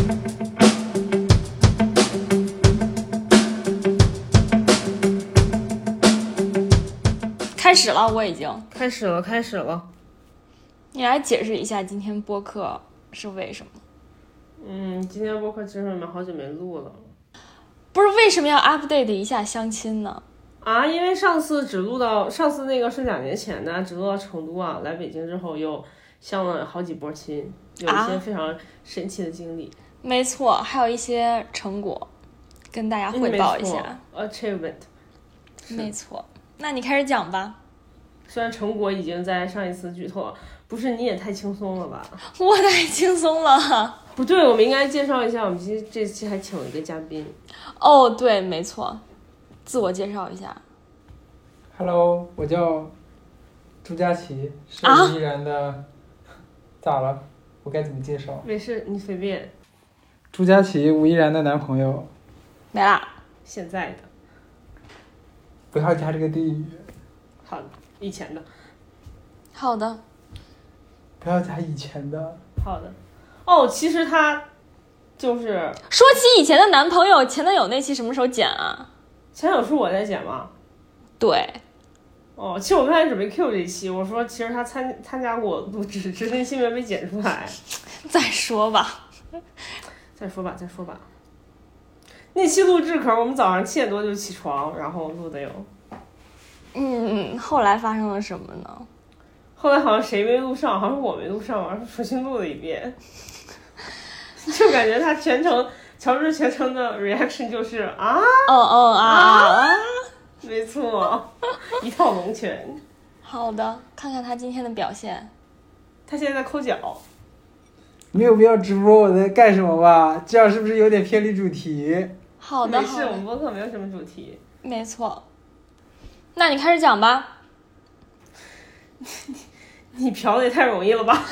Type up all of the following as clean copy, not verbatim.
开始了，我已经开始了。 你来解释一下今天播客是为什么？ 今天播客其实我们好久没录了。 不是为什么要 update 一下相亲呢？ 啊，因为上次那个是2年前的，只录到成都啊，来北京之后又相了好几波亲，有一些非常神奇的经历。 没错，还有一些成果跟大家汇报一下。 achievement。 没错，那你开始讲吧。 虽然成果已经在上一次剧透了，不是你也太轻松了吧？ 我太轻松了。 不对，我们应该介绍一下，我们这期还请了一个嘉宾。 哦，对，没错，自我介绍一下。 Hello， 我叫朱佳琪，是吴亦然的。咋了？我该怎么介绍？ 没事，你随便。 朱佳琪，吴亦然的男朋友。 没啦。 现在的。 不要加这个地域。 好的，以前的。 好的。 不要加以前的。 好的。哦，其实他就是说起以前的男朋友，前男友那期什么时候剪啊？ 前男友是我在剪吗？ 对。 哦，其实我刚才准备 Q 这一期，我说其实他参加过录制，只是新闻没剪出来。 再说吧。 再说吧。那期录制可是我们早上7点多就起床，然后录的有。 后来发生了什么呢？ 后来好像谁没录上，好像是我没录上，然后重新录了一遍。就感觉他乔治全程的 reaction 就是啊，没错，一套龙拳。 好的，看看他今天的表现。 他现在在抠脚。 没有必要直播我在干什么吧？这样是不是有点偏离主题？ 好的， 没事，我们播客没有什么主题。 没错。那你开始讲吧。 你嫖的也太容易了吧？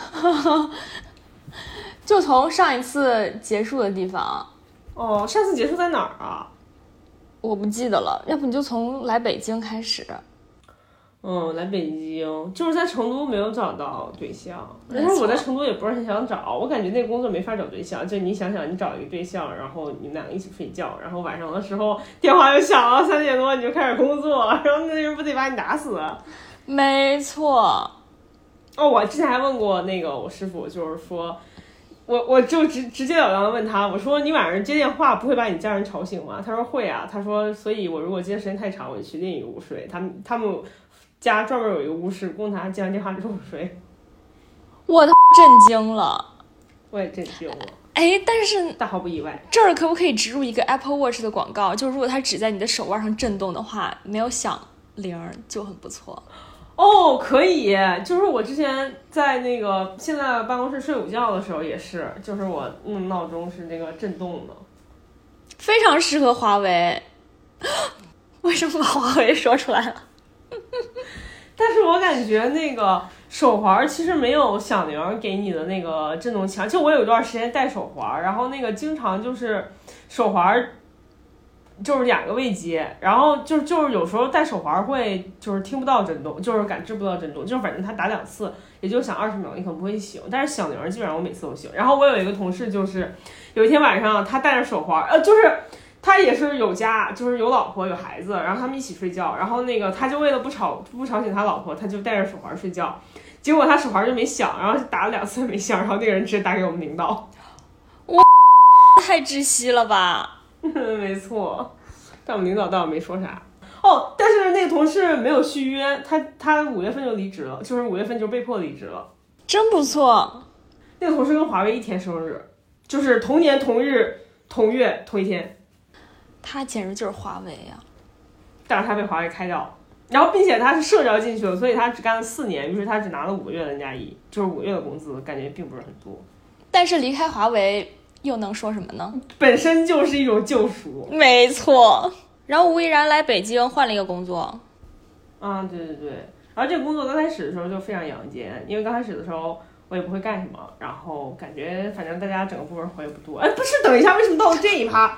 就从上一次结束的地方。 哦，上次结束在哪儿啊？ 我不记得了，要不你就从来北京开始。 来北京就是在成都没有找到对象，但是我在成都也不是很想找，我感觉那个工作没法找对象。就你想想，你找一个对象，然后你们两个一起睡觉，然后晚上的时候电话又响了，3点多你就开始工作，然后那人不得把你打死？ 没错。 哦，我之前还问过那个我师傅，就是说我就直截了当的问他，我说你晚上接电话不会把你家人吵醒吗？他说会啊，他说所以我如果接时间太长，我就去另一个屋睡。他们家专门有一个屋是供他接完电话之后睡。 我的震惊了。 我也震惊了。 但是大毫不意外。这儿可不可以植入一个 Apple Watch 的广告？就如果它只在你的手腕上震动的话，没有响铃就很不错。 哦，可以，就是我之前在那个现在办公室睡午觉的时候也是，就是我闹钟是那个震动的， 非常适合华为。为什么把华为说出来了？ 但是我感觉那个手环其实没有响铃给你的那个震动强。就我有一段时间戴手环，然后那个经常就是手环就是2个位机，然后就是有时候戴手环会就是听不到震动，就是感知不到震动，就是反正他打2次也就响20秒，你可能不会醒，但是响铃基本上我每次都醒。然后我有一个同事，就是有一天晚上他戴着手环，就是他也是有家，就是有老婆有孩子，然后他们一起睡觉，然后那个他就为了不吵醒他老婆，他就戴着手环睡觉，结果他手环就没响，然后打了2次没响，然后那个人直接打给我们领导。 哇，太窒息了吧。 没错，但我们领导倒没说啥。哦，但是那个同事没有续约，他5月份就离职了，就是5月份就被迫离职了。 真不错。 那个同事跟华为一天生日，就是同年同日同月同一天。 他简直就是华为呀。 但是他被华为开掉了，然后并且他是社招进去了，所以他只干了4年，于是他只拿了5个月的N+1，就是5个月的工资，感觉并不是很多。 但是离开华为又能说什么呢？ 本身就是一种救赎。 没错。然后吴亦然来北京换了一个工作。 对。然后这个工作刚开始的时候就非常阳间，因为刚开始的时候我也不会干什么，然后感觉反正大家整个部门活也不多。不是，等一下，为什么到了这一趴？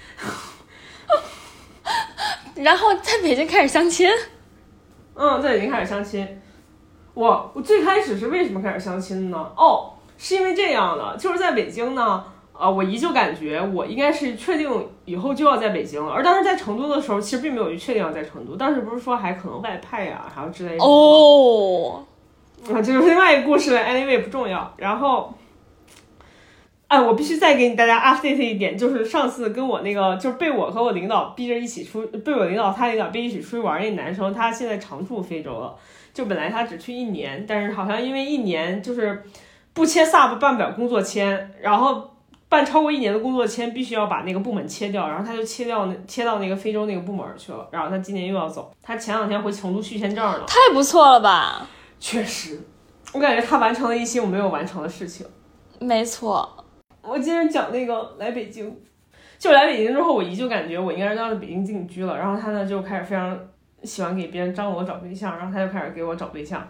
然后在北京开始相亲。 在北京开始相亲。我最开始是为什么开始相亲呢？是因为这样的，就是在北京呢， 我姨就感觉我应该是确定以后就要在北京了，而当时在成都的时候，其实并没有确定要在成都，当时不是说还可能外派呀，还有之类的。这就是另外一个故事了 ，anyway 不重要。然后，我必须再给大家 update 一点，就是上次跟我那个就是被我和我领导逼着一起被我领导他领导逼一起出去玩那男生，他现在常驻非洲了。就本来他只去1年，但是好像因为1年就是不签 sub 办不了工作签，然后办超过1年的工作签必须要把那个部门切掉，然后他就切到那个非洲那个部门去了，然后他今年又要走，他前2天回成都续签证了。 太不错了吧？ 确实，我感觉他完成了一些我没有完成的事情。 没错。 我接着讲那个来北京，就来北京之后，我姨就感觉我应该是要在北京定居了，然后他呢就开始非常喜欢给别人张罗找对象，然后他就开始给我找对象。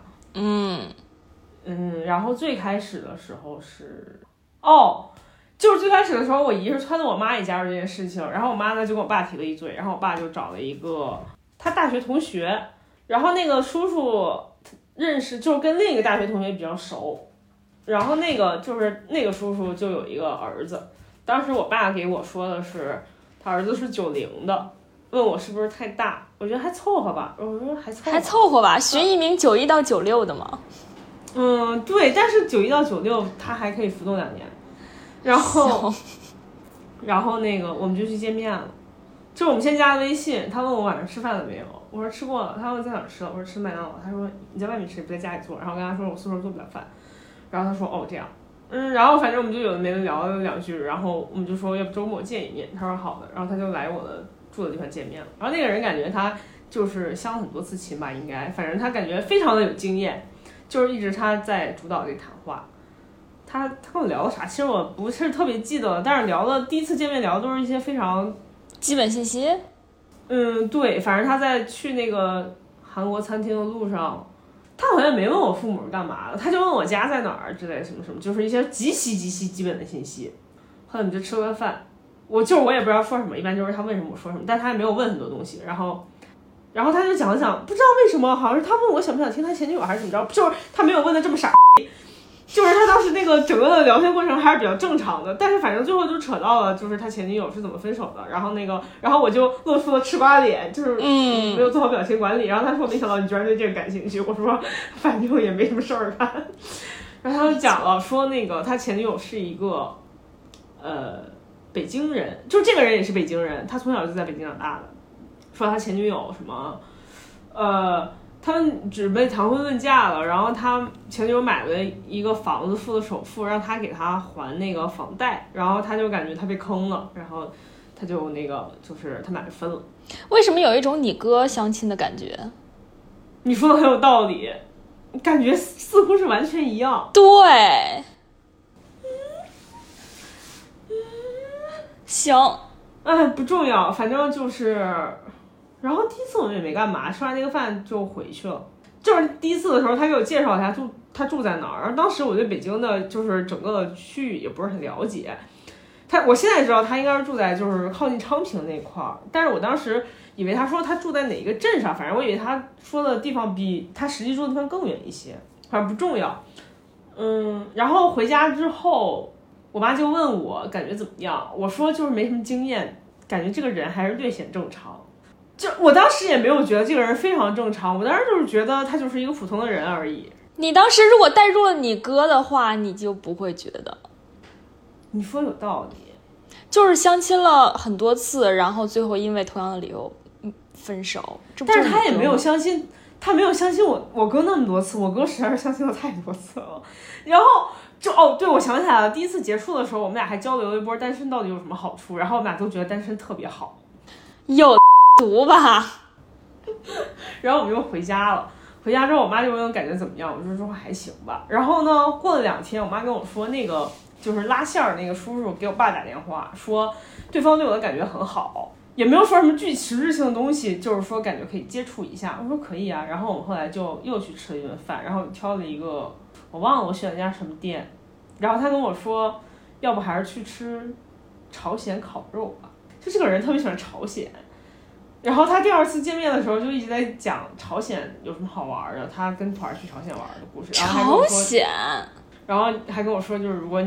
然后最开始的时候是就是最开始的时候，我姨是撺掇我妈也加入这件事情，然后我妈呢就跟我爸提了一嘴，然后我爸就找了一个他大学同学，然后那个叔叔认识，就是跟另一个大学同学比较熟，然后那个叔叔就有一个儿子，当时我爸给我说的是他儿子是90的，问我是不是太大，我觉得还凑合吧，我说还凑合吧，学一名91到96的嘛。 对，但是91到96他还可以浮动2年，然后那个我们就去见面了，就我们先加了微信，他问我晚上吃饭了没有，我说吃过了，他问在哪儿吃了，我说吃麦当劳，他说你在外面吃不在家里做，然后我跟他说我宿舍做不了饭，然后他说这样，然后反正我们就有的没的聊了2句，然后我们就说要不周末见一面，他说好的，然后他就来我的住的地方见面了，然后那个人感觉他就是相了很多次亲吧，应该反正他感觉非常的有经验，就是一直他在主导这个谈话。他跟我聊了啥？其实我不是特别记得了，但是第一次见面聊的都是一些非常基本信息。 对，反正他在去那个韩国餐厅的路上，他好像没问我父母是干嘛的，他就问我家在哪儿之类什么什么，就是一些极其基本的信息。后来我们就吃了个饭，我也不知道说什么，一般就是他问什么我说什么，但他也没有问很多东西。然后他就讲了讲，不知道为什么，好像是他问我想不想听他前女友还是怎么着，就是他没有问的这么傻。就是他当时那个整个的聊天过程还是比较正常的，但是反正最后就扯到了就是他前女友是怎么分手的，然后我就露出了吃瓜脸，就是没有做好表情管理，然后他说没想到你居然对这个感兴趣，我说反正也没什么事儿干，然后他就讲了说那个他前女友是一个北京人，就是这个人也是北京人，他从小就在北京长大的，说他前女友什么他们准备谈婚论嫁了，然后他前女友买了一个房子，付了首付，让他给他还那个房贷，然后他就感觉他被坑了，然后他就就是他们俩就分了。 为什么有一种你哥相亲的感觉？ 你说的很有道理，感觉似乎是完全一样。 对，行， 不重要，反正就是。然后第一次我们也没干嘛，吃完那个饭就回去了。就是第一次的时候，他给我介绍一下他住在哪儿。当时我对北京的就是整个的区域也不是很了解。我现在知道他应该是住在就是靠近昌平那块儿，但是我当时以为他说他住在哪一个镇上，反正我以为他说的地方比他实际住的地方更远一些，反正不重要。然后回家之后，我妈就问我感觉怎么样，我说就是没什么经验，感觉这个人还是略显正常。就我当时也没有觉得这个人非常正常，我当时就是觉得他就是一个普通的人而已。 你当时如果带入了你哥的话，你就不会觉得。 你说有道理， 就是相亲了很多次，然后最后因为同样的理由分手。 但是他也没有相信，他没有相信我哥那么多次，我哥实在是相信了太多次了。然后对，我想起来了，第一次结束的时候，我们俩还交流了一波单身到底有什么好处，然后我们俩都觉得单身特别好。 有毒吧？ 然后我们就回家了。回家之后，我妈就问我感觉怎么样，我说还行吧。然后呢，过了2天，我妈跟我说，那个就是拉线儿那个叔叔给我爸打电话，说对方对我的感觉很好，也没有说什么具实质性的东西，就是说感觉可以接触一下。我说可以啊。然后我们后来就又去吃了一顿饭，然后挑了一个我忘了我选了家什么店，然后他跟我说，要不还是去吃朝鲜烤肉吧。就这个人特别喜欢朝鲜。然后他第2次见面的时候就一直在讲朝鲜有什么好玩的，他跟团去朝鲜玩的故事。 朝鲜， 然后还跟我说就是如果你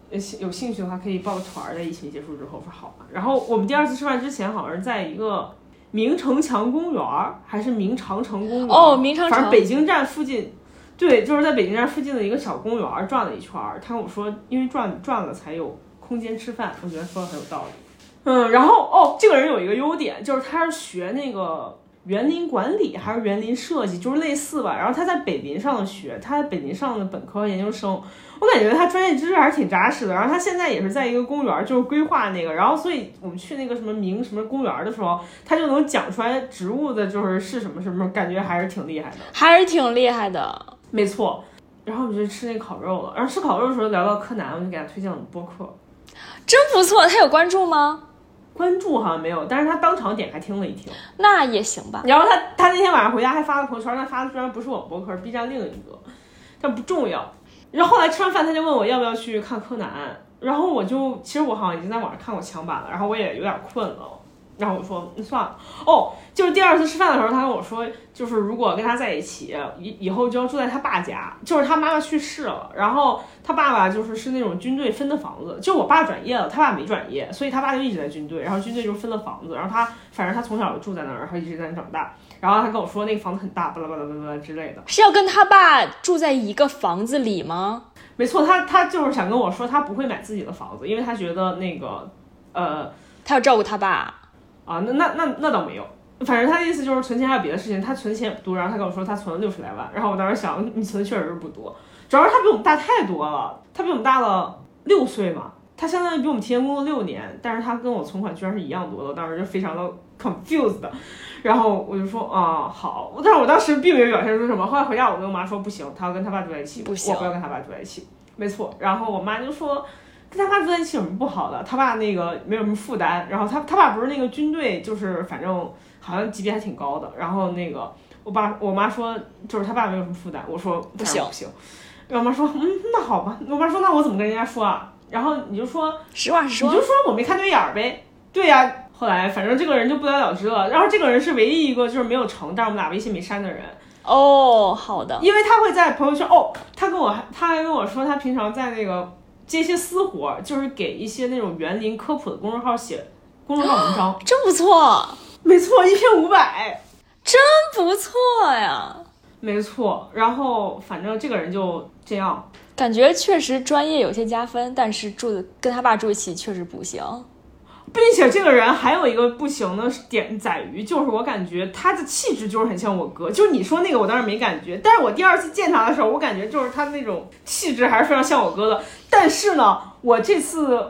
有兴趣的话可以报个团，在疫情结束之后。我说好吧。然后我们第二次吃饭之前好像是在一个明城墙公园还是明长城公园哦，明长城， 反正北京站附近。对，就是在北京站附近的一个小公园转了一圈。他跟我说，因为转了才有空间吃饭，我觉得说的很有道理。然后这个人有一个优点，就是他是学那个园林管理还是园林设计，就是类似吧。然后他在北林上的学，他在北林上的本科和研究生，我感觉他专业知识还是挺扎实的。然后他现在也是在一个公园，就是规划那个，然后所以我们去那个什么什么公园的时候，他就能讲出来植物的是什么什么，感觉还是挺厉害的， 还是挺厉害的， 没错。然后我们就吃那个烤肉了，然后吃烤肉的时候聊到柯南，我就给他推荐了播客， 真不错。他有关注吗？ 关注好像没有，但是他当场点开听了一听， 那也行吧。 然后他那天晚上回家还发了朋友圈，他发的居然不是我们播客，是 B 站另一个，但不重要。然后后来吃完饭，他就问我要不要去看柯南，然后其实我好像已经在网上看过强版了，然后我也有点困了。然后我说算了。就是第二次吃饭的时候，他跟我说，就是如果跟他在一起，以后就要住在他爸家，就是他妈妈去世了，然后他爸爸是那种军队分的房子，就我爸转业了，他爸没转业，所以他爸就一直在军队，然后军队就分了房子，然后反正他从小就住在那儿，然后一直在那长大。然后他跟我说那个房子很大，巴拉巴拉巴拉之类的。 是要跟他爸住在一个房子里吗？ 没错，他就是想跟我说他不会买自己的房子，因为他觉得那个他要照顾他爸。 啊，那倒没有，反正他的意思就是存钱还有别的事情，他存钱也不多，然后他跟我说他存了60来万，然后我当时想你存的确实是不多，主要是他比我们大太多了，他比我们大了6岁嘛，他相当于比我们提前工作6年，但是他跟我存款居然是一样多的，我当时就非常的 confused 的，然后我就说啊好，但是我当时并没有表现出什么，后来回家我跟我妈说不行，他要跟他爸住在一起， 不行， 我不要跟他爸住在一起，没错，然后我妈就说跟他爸住在一起有什么不好的？他爸那个没有什么负担，然后他爸不是那个军队，就是反正好像级别还挺高的。然后那个我妈说就是他爸没有什么负担，我说不行不行。然后我妈说那好吧，我妈说那我怎么跟人家说啊？然后你就说实话实说， 你就说我没看对眼呗。对呀，后来反正这个人就不了了之了。然后这个人是唯一一个就是没有成，但是我们俩微信没删的人。 哦，好的， 因为他会在朋友圈他还跟我说他平常在那个。接些私活，就是给一些那种园林科普的公众号写公众号文章， 真不错。 没错，1篇500， 真不错呀。 没错，然后反正这个人就这样， 感觉确实专业有些加分，但是跟他爸住一起确实不行。 并且这个人还有一个不行的点在于，就是我感觉他的气质就是很像我哥，就是你说那个我当时没感觉，但是我第二次见他的时候，我感觉就是他那种气质还是非常像我哥的。但是呢，我这次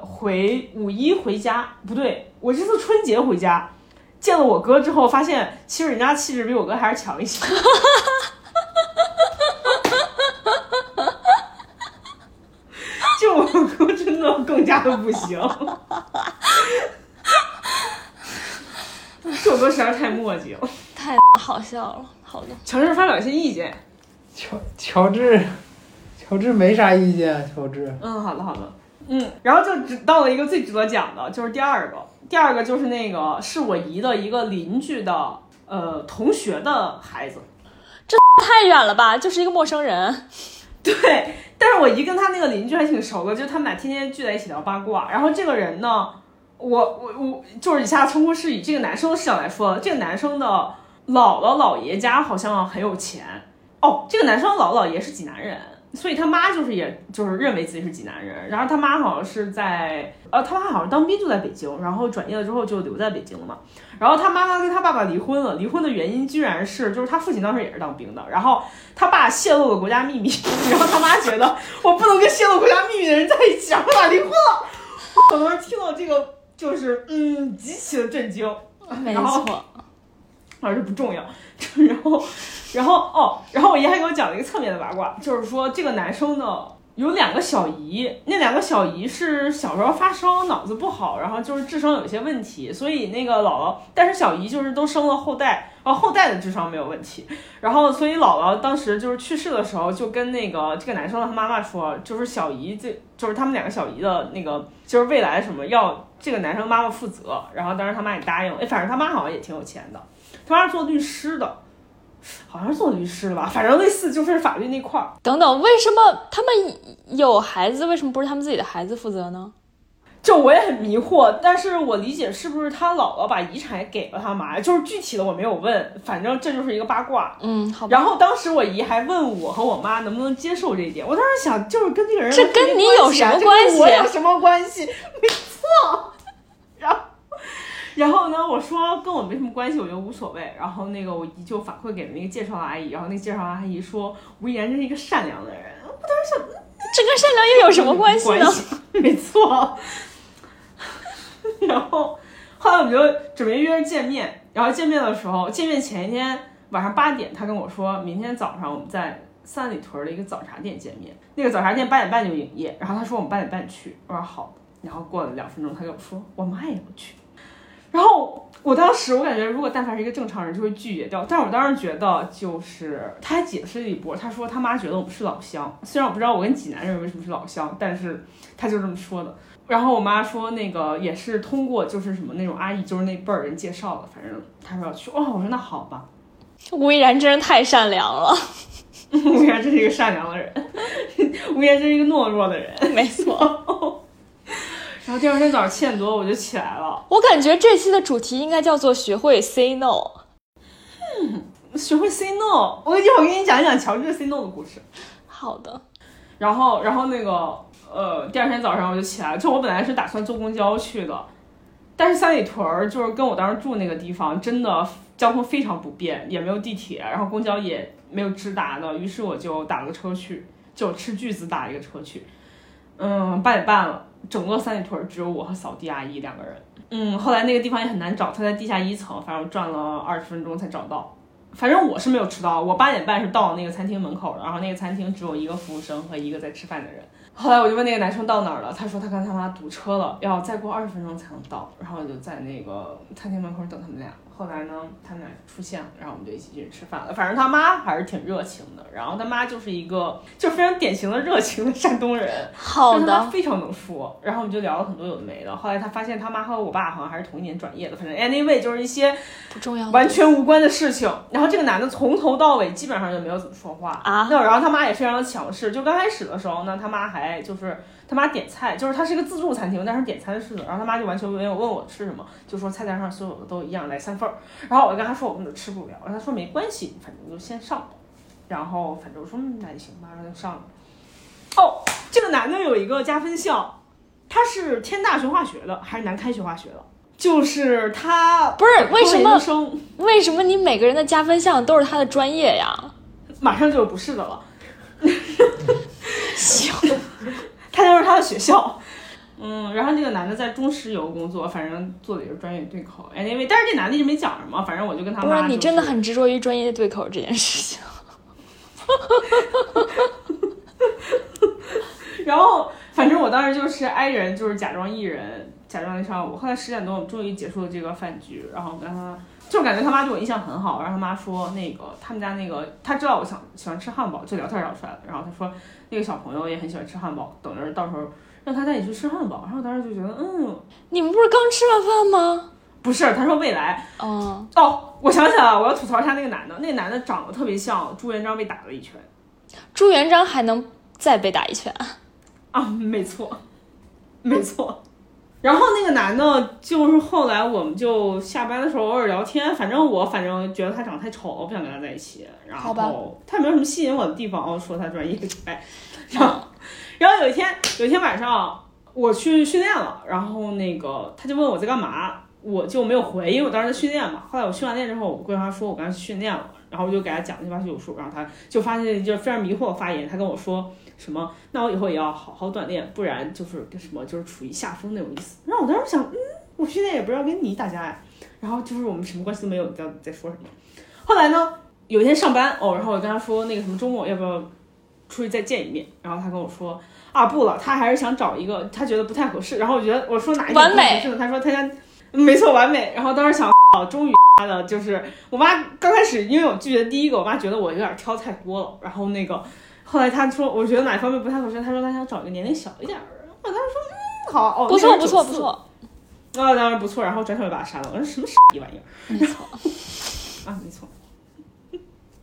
5·1回家，不对，我这次春节回家见了我哥之后，发现其实人家气质比我哥还是强一些。就我哥真的更加的不行。这首歌实在太墨迹了， 太好笑了。好的， 乔治发表一些意见。 乔治没啥意见，乔治。 好的。然后就到了一个最值得讲的，就是第二个就是那个是我姨的一个邻居的同学的孩子。 这太远了吧，就是一个陌生人。 对，但是我姨跟他那个邻居还挺熟的，就他们俩天天聚在一起聊八卦。然后这个人呢，我就是以下称呼是以这个男生的视角来说，这个男生的姥姥姥爷家好像很有钱这个男生的姥姥姥爷是济南人，所以他妈也认为自己是济南人。然后他妈好像是在他妈好像当兵就在北京，然后转业了之后就留在北京了嘛。然后他妈妈跟他爸爸离婚了，离婚的原因居然是就是他父亲当时也是当兵的，然后他爸泄露了国家秘密，然后他妈觉得我不能跟泄露国家秘密的人在一起，然后他俩离婚了。我当时听到这个就是极其的震惊。 没错， 这不重要。然后我姨还给我讲了一个侧面的八卦，就是说这个男生呢有2个小姨，那2个小姨是小时候发烧，脑子不好，然后就是智商有一些问题，所以那个姥姥，但是小姨就是都生了后代，后代的智商没有问题，然后所以姥姥当时就是去世的时候就跟这个男生的他妈妈说，就是小姨就是他们2个小姨的那个就是未来什么要这个男生妈妈负责，然后当时他妈也答应了，反正他妈好像也挺有钱的，他妈是做律师的。 好像是做律师的吧，反正类似就是法律那块儿。 等等，为什么他们有孩子，为什么不是他们自己的孩子负责呢？ 就我也很迷惑，但是我理解是不是他姥姥把遗产也给了他妈，就是具体的我没有问，反正这就是一个八卦。 好吧。 然后当时我姨还问我和我妈能不能接受这一点，我当时想就是跟这个人这跟你有什么关系？ 我有什么关系？没错。然后呢，我说跟我没什么关系，我觉得无所谓。然后那个我姨就反馈给了那个介绍的阿姨，然后那个介绍阿姨说吴依然真是一个善良的人。我当时想， 这跟善良又有什么关系呢？ 没错。然后后来我们就准备约着见面，然后见面的时候，见面前一天晚上8点，他跟我说明天早上我们在三里屯的一个早茶店见面，那个早茶店8点半就营业，然后他说我们8点半去，我说好。然后过了2分钟，他跟我说我妈也要去。然后我当时我感觉如果但凡是一个正常人就会拒绝掉，但是我当时觉得就是他还解释了一波，他说他妈觉得我们是老乡，虽然我不知道我跟济南人为什么是老乡，但是他就这么说的。然后我妈说那个也是通过就是什么那种阿姨就是那辈儿人介绍的，反正他说要去。哦，我说那好吧。 吴依然真是太善良了。 吴依然真是一个善良的人，吴依然真是一个懦弱的人。 没错。 然后第二天早上7点多我就起来了。 我感觉这期的主题应该叫做学会 say no。 学会 say no。我一会儿给你讲一讲乔治 say no 的故事。 好的。 然后那个第二天早上我就起来了，就我本来是打算坐公交去的，但是三里屯就是跟我当时住那个地方真的交通非常不便，也没有地铁，然后公交也没有直达的，于是我就打了个车去，就斥巨资打了一个车去。8点半了，整个三里屯只有我和扫地阿姨2个人。后来那个地方也很难找，它在地下1层，反正我转了20分钟才找到。反正我是没有迟到，我8点半是到那个餐厅门口的，然后那个餐厅只有一个服务生和一个在吃饭的人。后来我就问那个男生到哪儿了，他说他跟他妈堵车了，要再过20分钟才能到，然后我就在那个餐厅门口等他们俩。后来呢，他们俩出现了，然后我们就一起去吃饭了。反正他妈还是挺热情的，然后他妈就是一个就非常典型的热情的山东人。 好的。 他妈非常能说，然后我们就聊了很多有的没的。后来他发现他妈和我爸好像还是同一年转业的，反正 anyway 就是一些不重要完全无关的事情。然后这个男的从头到尾基本上就没有怎么说话啊。 然后他妈也非常的强势，就刚开始的时候呢，他妈还就是他妈点菜，就是他是一个自助餐厅，但是点餐式的，然后他妈就完全没有问我吃什么，就说菜单上所有的都一样，来3份。然后我跟他说我根本吃不了，然后他说没关系，反正就先上吧。然后反正我说那就行吧，然后就上了。这个男的有一个加分项，他是天大学化学的还是南开学化学的？就是他不是为什么你每个人的加分项都是他的专业呀？ 马上就有不是的了。 行， 他就是他的学校。然后这个男的在中石油工作，反正做的也是专业对口。anyway， 但是这男的一直没讲什么，反正我就跟他妈、 不是你真的很执着于专业对口这件事情。 然后反正我当时就是挨人，就是假装艺人，假装一上午。后来10点多我们终于结束了这个饭局，然后跟他就感觉他妈对我印象很好，然后他妈说那个他们家那个他知道我喜欢吃汉堡，就聊天聊出来的。然后他说那个小朋友也很喜欢吃汉堡，等着到时候让他带你去吃汉堡。然后我当时就觉得你们不是刚吃完饭吗？ 不是，他说未来。我想起来了，我要吐槽一下那个男的，那个男的长得特别像朱元璋被打了一拳。 朱元璋还能再被打一拳啊？没错，没错。然后那个男的，就是后来我们就下班的时候偶尔聊天，反正觉得他长得太丑了，我不想跟他在一起。然后他也没有什么吸引我的地方，说他专业然后有一天晚上我去训练了，然后那个他就问我在干嘛，我就没有回，因为我当时在训练嘛。后来我训完练之后，我跟他说我刚才去训练了，然后我就给他讲那把有数，然后他就发现就是非常迷惑的发言，他跟我说什么那我以后也要好好锻炼，不然就是什么就是处于下风那种意思。然后我当时想我训练也不是要跟你打架呀，然后就是我们什么关系都没有，你知道在说什么。后来呢有一天上班然后我跟他说那个什么周末要不要出去再见一面，然后他跟我说不了，他还是想找一个他觉得不太合适。然后我说哪一点不合适呢？他说他家没错完美。然后当时想终于的就是我妈刚开始因为我拒绝第一个，我妈觉得我有点挑太多了，然后那个后来他说我觉得哪方面不太合适，他说他想找一个年龄小一点的。我当时说好不错当然不错。然后转手就把他删了，我说什么玩意儿。 没错没错。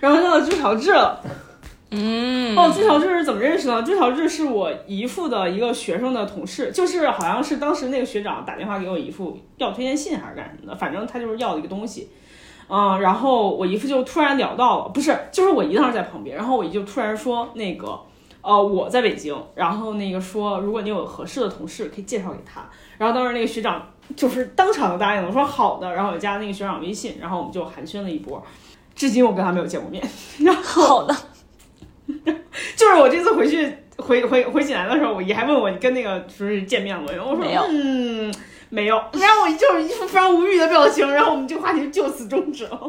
然后叫朱乔治了。朱乔治是怎么认识的？朱乔治是我姨父的一个学生的同事，就是好像是当时那个学长打电话给我姨父要推荐信还是干什么的，反正他就是要了一个东西。然后我姨父就突然聊到了，不是，就是我姨当时在旁边，然后我姨就突然说那个我在北京，然后那个说如果你有合适的同事可以介绍给他，然后当时那个学长就是当场就答应了，说好的，然后我加那个学长微信，然后我们就寒暄了一波，至今我跟他没有见过面。然后好的。 就是我这次回去回济南的时候，我姨还问我你跟那个就是见面了没有？我说没有， 没有。然后我姨就是一副非常无语的表情，然后我们这个话题就此终止了。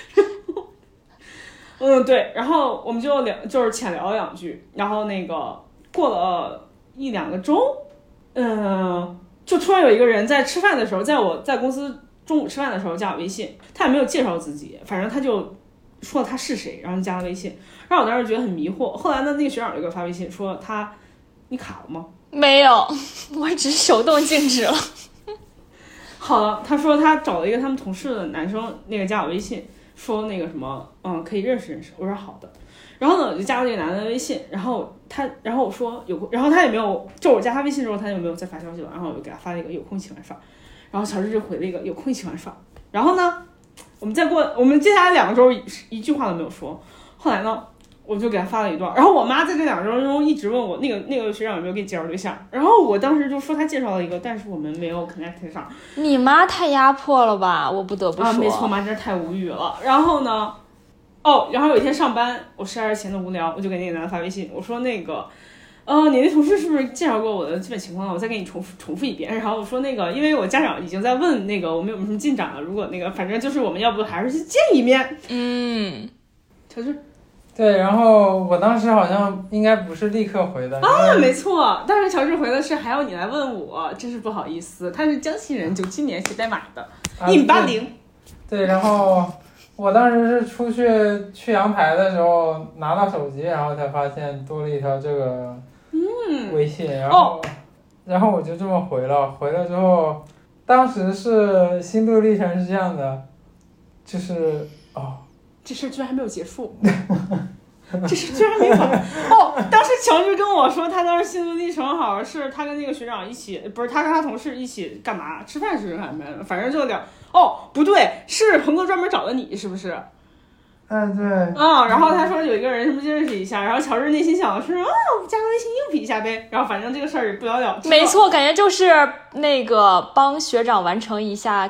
对，然后我们就是浅聊了2句，然后那个过了1-2个周，就突然有一个人在吃饭的时候，在我在公司中午吃饭的时候加我微信，他也没有介绍自己，反正他就说他是谁，然后就加了微信，让我当时觉得很迷惑。后来呢，那个学长就给我发微信说你卡了吗？ 没有，我只是手动静止了。 好了，他说他找了一个他们同事的男生，那个加我微信，说那个什么，可以认识认识。我说好的。然后呢，我就加了这个男的微信，然后我说然后他也没有，就我加他微信之后，他就没有再发消息了。然后我就给他发了一个有空一起玩耍，然后乔治就回了一个有空一起玩耍。然后呢，我们接下来2个周一句话都没有说。后来呢，我就给他发了一段，然后我妈在这2周中一直问我那个学长有没有给你介绍对象，然后我当时就说他介绍了一个，但是我们没有 connect 上。 你妈太压迫了吧，我不得不说。 没错，妈真是太无语了。然后呢，然后有一天上班，我实在是闲得无聊，我就给那个男的发微信，我说那个你那同事是不是介绍过我的基本情况了？我再给你重复一遍。然后我说那个，因为我家长已经在问那个我们有什么进展了，如果那个反正就是我们要不还是去见一面。乔治。 对，然后我当时好像应该不是立刻回的没错，但是乔治回的是还要你来问我，真是不好意思，他是江西人，97年写代码的，1.80米。 对，然后我当时是出去阳台的时候拿到手机，然后才发现多了一条这个微信，然后我就这么回了之后，当时是心路历程是这样的，就是这事居然还没有结束。这事居然没有当时乔治跟我说他当时心路历程好像是他跟那个学长一起，不是他跟他同事一起干嘛吃饭是干嘛，反正就聊。不对，是鹏哥专门找的你是不是？ 对。 然后他说有一个人什么认识一下，然后乔治内心想的是加个微信应聘一下呗，然后反正这个事儿也不了了之。 没错，感觉就是那个帮学长完成一下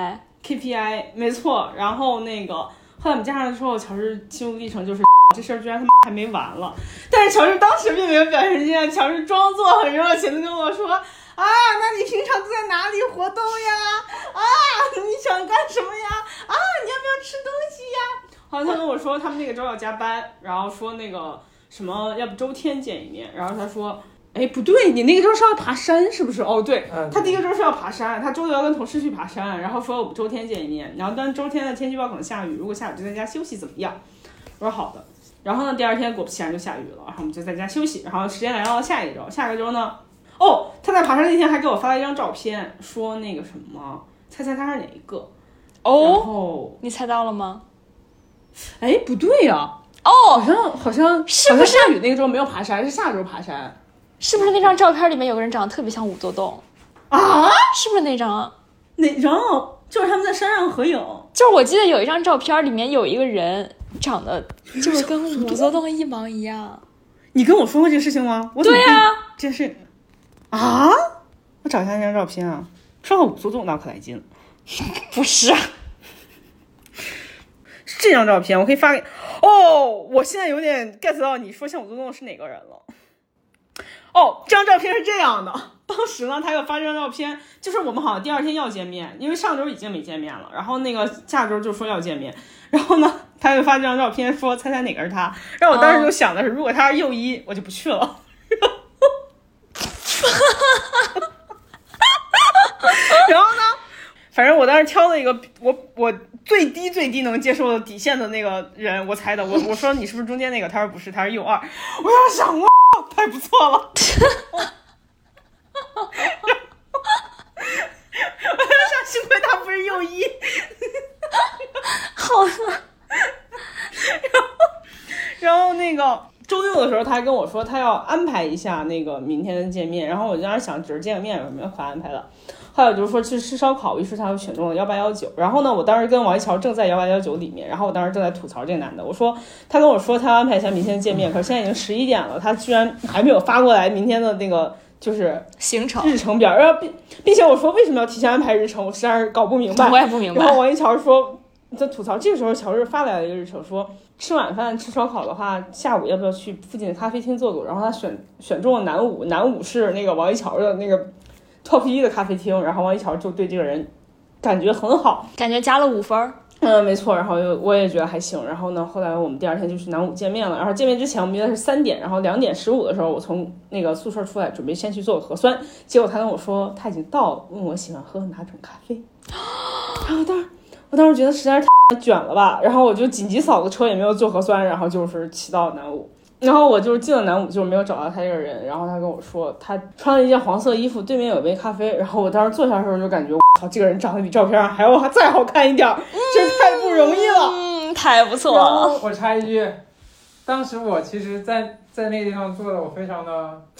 KPI， 没错。然后那个后来我们加上之后，乔治心路历程就是这事儿居然他妈还没完了。但是乔治当时并没有表现这样，乔治装作很热情的跟我说那你平常都在哪里活动呀？你想干什么呀？你要不要吃东西呀？好像他跟我说他们那个周要加班，然后说那个什么要不周天见一面，然后他说不对，你那个周是要爬山是不是？对，他第一个周是要爬山，他周六要跟同事去爬山，然后说我们周天见一面，然后但周天的天气预报可能下雨，如果下雨就在家休息怎么样？我说好的。然后呢，第二天果不其然就下雨了，然后我们就在家休息，然后时间来到下一个周呢，他在爬山那天还给我发了一张照片，说那个什么，猜猜他是哪一个？然后你猜到了吗？ 不对呀，好像是不是下雨那个周没有爬山，是下周爬山？ 是不是那张照片里面有个人长得特别像武则栋？是不是那张？ 哪张？就是他们在山上合影。 就是我记得有一张照片里面有一个人长得就是跟武则栋一模一样。 你跟我说过这个事情吗？ 对呀， 这是我找一下那张照片啊。说到武则栋那可来劲了。 不是， 是这张照片，我可以发给。我现在有点 get 到你说像武则栋是哪个人了。这张照片是这样的，当时呢他又发这张照片，就是我们好像第二天要见面，因为上周已经没见面了，然后那个下周就说要见面，然后呢他又发这张照片说猜猜哪个是他，让我当时就想的是如果他是右一我就不去了。然后呢反正我当时挑了一个我最低能接受的底线的那个人，我猜的，我说你是不是中间那个，他说不是，他是右二，我要想太不错了。我在想幸亏他不是右一。 好了。 然后候他还跟我说他要安排一下那个明天的见面，然后我当时想只是见个面有没有可安排的。还有就是说去吃烧烤，于是他就选中了1819。然后呢，我当时跟王一桥正在1819里面，然后我当时正在吐槽这个男的，我说他跟我说他要安排一下明天的见面，可是现在已经11点了，他居然还没有发过来明天的那个就是行程日程表，然后并且我说为什么要提前安排日程，我实在是搞不明白， 我也不明白。 然后王一桥说在吐槽，这个时候乔治发来了一个日程，说吃晚饭吃烧烤的话，下午要不要去附近的咖啡厅坐坐？然后他选中了南五，南五是那个王一桥的那个 top 1的咖啡厅，然后王一桥就对这个人感觉很好， 感觉加了5分。 没错，然后我也觉得还行。然后呢，后来我们第二天就去南五见面了。然后见面之前我们约的是3点，然后2点15的时候，我从那个宿舍出来，准备先去做个核酸。结果他跟我说他已经到了，问我喜欢喝哪种咖啡。然后我当时觉得实在是太卷了吧，然后我就紧急扫个车，也没有做核酸，然后就是骑到南五。然后我就是进了南五，就是没有找到他这个人。然后他跟我说他穿了一件黄色衣服，对面有杯咖啡。然后我当时坐下的时候就感觉，我操，这个人长得比照片上还要再好看一点，真是太不容易了。 太不错了。 我插一句，当时我其实在那个地方坐的，我非常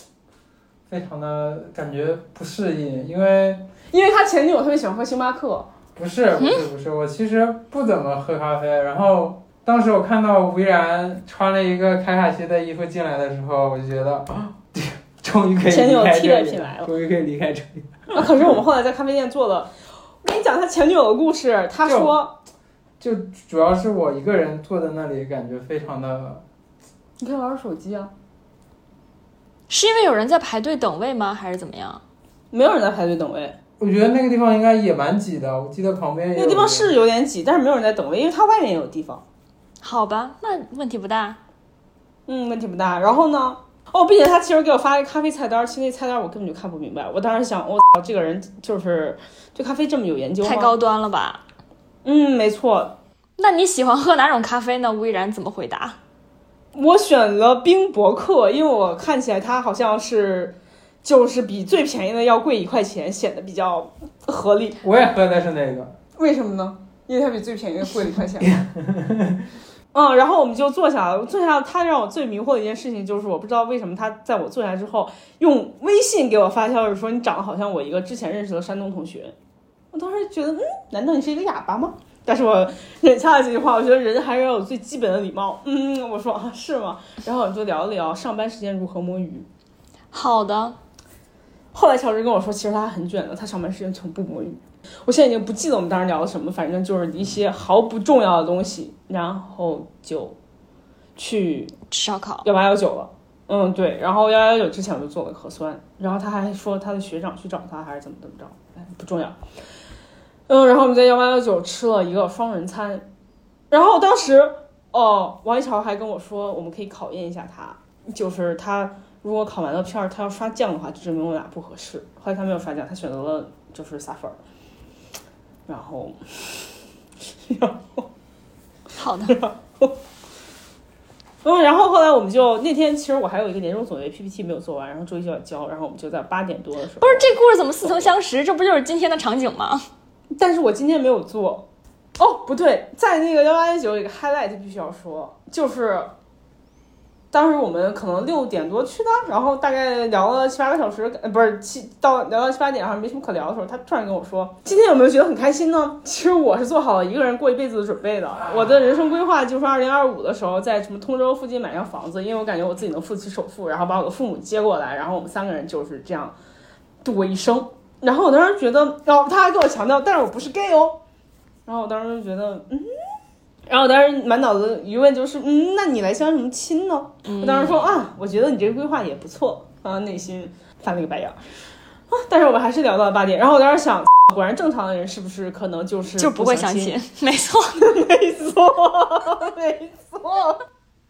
的感觉不适应，因为他前女友特别喜欢喝星巴克。 不是，我其实不怎么喝咖啡。然后当时我看到吴依然穿了一个卡卡西的衣服进来的时候，我就觉得终于可以前女友替代品品来了， 终于可以离开这里。 可是我们后来在咖啡店做了，我跟你讲他前女友的故事。他说就主要是我一个人坐在那里，感觉非常的。 你可以玩手机啊。 是因为有人在排队等位吗？还是怎么样？ 没有人在排队等位。 我觉得那个地方应该也蛮挤的，我记得旁边也有。 那个地方是有点挤，但是没有人在等位，因为它外面也有地方。 好吧，那问题不大。 问题不大。然后呢？并且他其实给我发了一个咖啡菜单，其实那菜单我根本就看不明白。我当时想，我操，这个人就是对咖啡这么有研究吗？ 太高端了吧？ 没错。 那你喜欢喝哪种咖啡呢？吴依然怎么回答？ 我选了冰博客，因为我看起来它好像是就是比最便宜的要贵1块钱，显得比较合理。 我也喝的是那个。 为什么呢？因为它比最便宜的贵了1块钱。然后我们就坐下了。他让我最迷惑的一件事情就是，我不知道为什么他在我坐下之后用微信给我发消息说你长得好像我一个之前认识的山东同学。我当时觉得难道你是一个哑巴吗？但是我忍下了这句话，我觉得人还是要有最基本的礼貌。我说是吗？然后我们就聊了聊上班时间如何摸鱼。 好的。 后来乔治跟我说，其实他很卷的，他上班时间从不摸鱼。我现在已经不记得我们当时聊了什么，反正就是一些毫不重要的东西，然后就去吃烧烤 1819了。对，然后1819之前我就做了核酸，然后他还说他的学长去找他还是怎么着，不重要。然后我们在1819吃了一个双人餐，然后当时王一桥还跟我说我们可以考验一下他，就是他如果烤完了片儿他要刷酱的话，就证明我俩不合适。后来他没有刷酱，他选择了就是撒粉儿。然后好的。 然后后来我们就那天其实我还有一个年终总结 PPT 没有做完，然后周一就要交，然后我们就在8点多的时候。 不是，这故事怎么似曾相识？这不就是今天的场景吗？ 但是我今天没有做。不对，在那个1819有一个 highlight 必须要说，就是当时我们可能6点多去的，然后大概聊了7-8个小时，聊到7-8点，然后没什么可聊的时候，他突然跟我说：“今天有没有觉得很开心呢？”其实我是做好了一个人过一辈子的准备的。我的人生规划就是2025的时候，在什么通州附近买辆房子，因为我感觉我自己能付起首付，然后把我的父母接过来，然后我们3个人就是这样度过一生。然后我当时觉得，他还跟我强调，但是我不是 gay 哦。然后我当时就觉得，然后我当时满脑子疑问就是，那你来相什么亲呢？我当时说我觉得你这个规划也不错。内心翻了个白眼。但是我们还是聊到了8点。然后我当时想，果然正常的人是不是可能就不会相亲？没错， 没错，没错。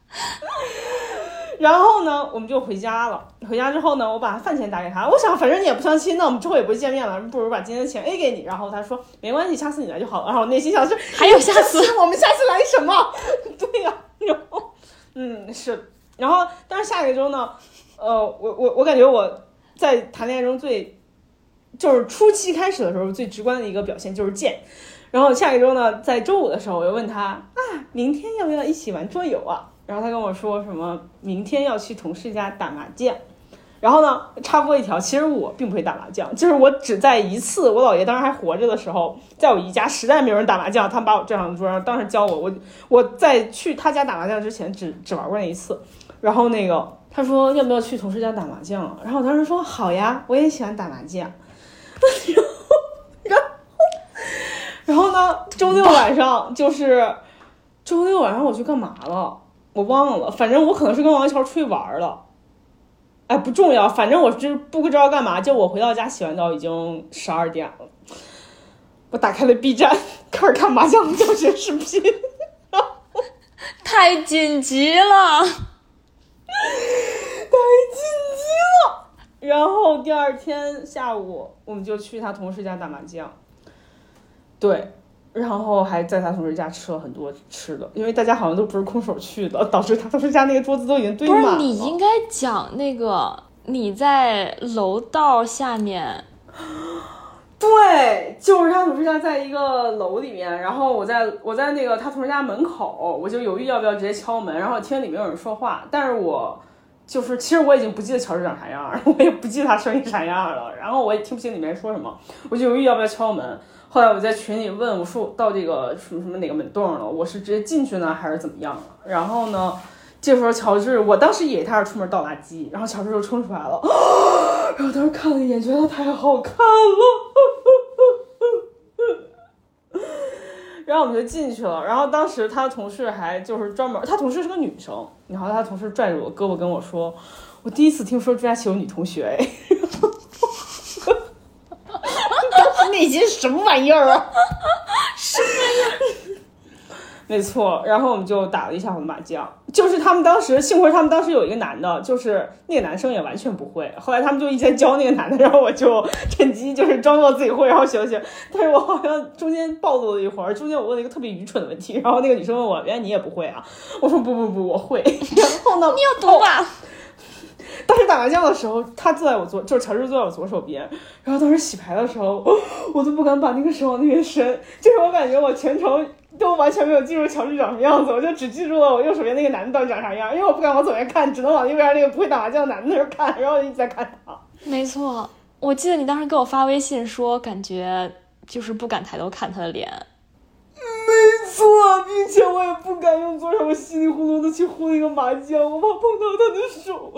然后呢，我们就回家了。回家之后呢，我把饭钱打给他。我想，反正你也不相亲，那我们之后也不会见面了，不如把今天的钱 A 给你。然后他说没关系，下次你来就好了。然后我内心想是还有下次， 我们下次来什么？对呀、然后是。然后但是下一个周呢，我感觉我在谈恋爱中就是初期开始的时候最直观的一个表现就是贱。然后下一周呢，在周五的时候，我又问他明天要不要一起玩桌游啊？ 然后他跟我说什么明天要去同事家打麻将。然后呢，插播一条，其实我并不会打麻将，就是我只在一次我姥爷当时还活着的时候，在我姨家实在没有人打麻将，他们把我拽上桌上，当时教我在去他家打麻将之前只玩过那一次。然后那个他说要不要去同事家打麻将，然后我当时说好呀，我也喜欢打麻将。然后呢，周六晚上我去干嘛了？我忘了，反正我可能是跟王一桥出去玩了。哎，不重要，反正我就是不知道干嘛。就我回到家洗完澡已经12点了，我打开了 B 站，开始看麻将教学视频， 太紧急了，太紧急了。然后第二天下午我们就去他同事家打麻将，对，然后还在他同事家吃了很多吃的，因为大家好像都不是空手去的，导致他同事家那个桌子都已经堆满了。 不是，你应该讲那个你在楼道下面。 对，就是他同事家在一个楼里面，然后我在那个他同事家门口，我就犹豫要不要直接敲门，然后听里面有人说话，但是我就是其实我已经不记得乔治长啥样了，我也不记得他声音啥样了，然后我也听不清里面说什么，我就犹豫要不要敲门。后来我在群里问我说我到这个什么什么哪个门洞了，我是直接进去呢还是怎么样了？然后呢，这时候乔治，我当时以为他是出门倒垃圾，然后乔治就冲出来了，然后当时看了一眼，觉得他太好看了，然后我们就进去了。然后当时他同事还就是专门，他同事是个女生，然后他同事拽着我胳膊跟我说，我第一次听说朱佳琪有女同学哎。内心什么玩意儿啊？什么呀？没错，然后我们就打了一下午的麻将，就是他们当时，幸亏他们当时有一个男的，就是那个男生也完全不会，后来他们就一直在教那个男的，然后我就趁机就是装作自己会，然后学了学，但是我好像中间暴露了一会儿，中间我问了一个特别愚蠢的问题，然后那个女生问我，原来你也不会啊？我说不，我会。然后呢？ 你有毒吧？ 当时打麻将的时候，他坐在我就是乔治坐在我左手边，然后当时洗牌的时候，我都不敢把那个手往那边伸，就是我感觉我全程都完全没有记住乔治长什么样子，我就只记住了我右手边那个男的到底长啥样，因为我不敢往左边看，只能往右边那个不会打麻将的男的那儿看，然后我就一直在看他。 没错，我记得你当时给我发微信说，感觉就是不敢抬头看他的脸。 没错，并且我也不敢用左手稀里糊涂的去呼那个麻将，我怕碰到他的手。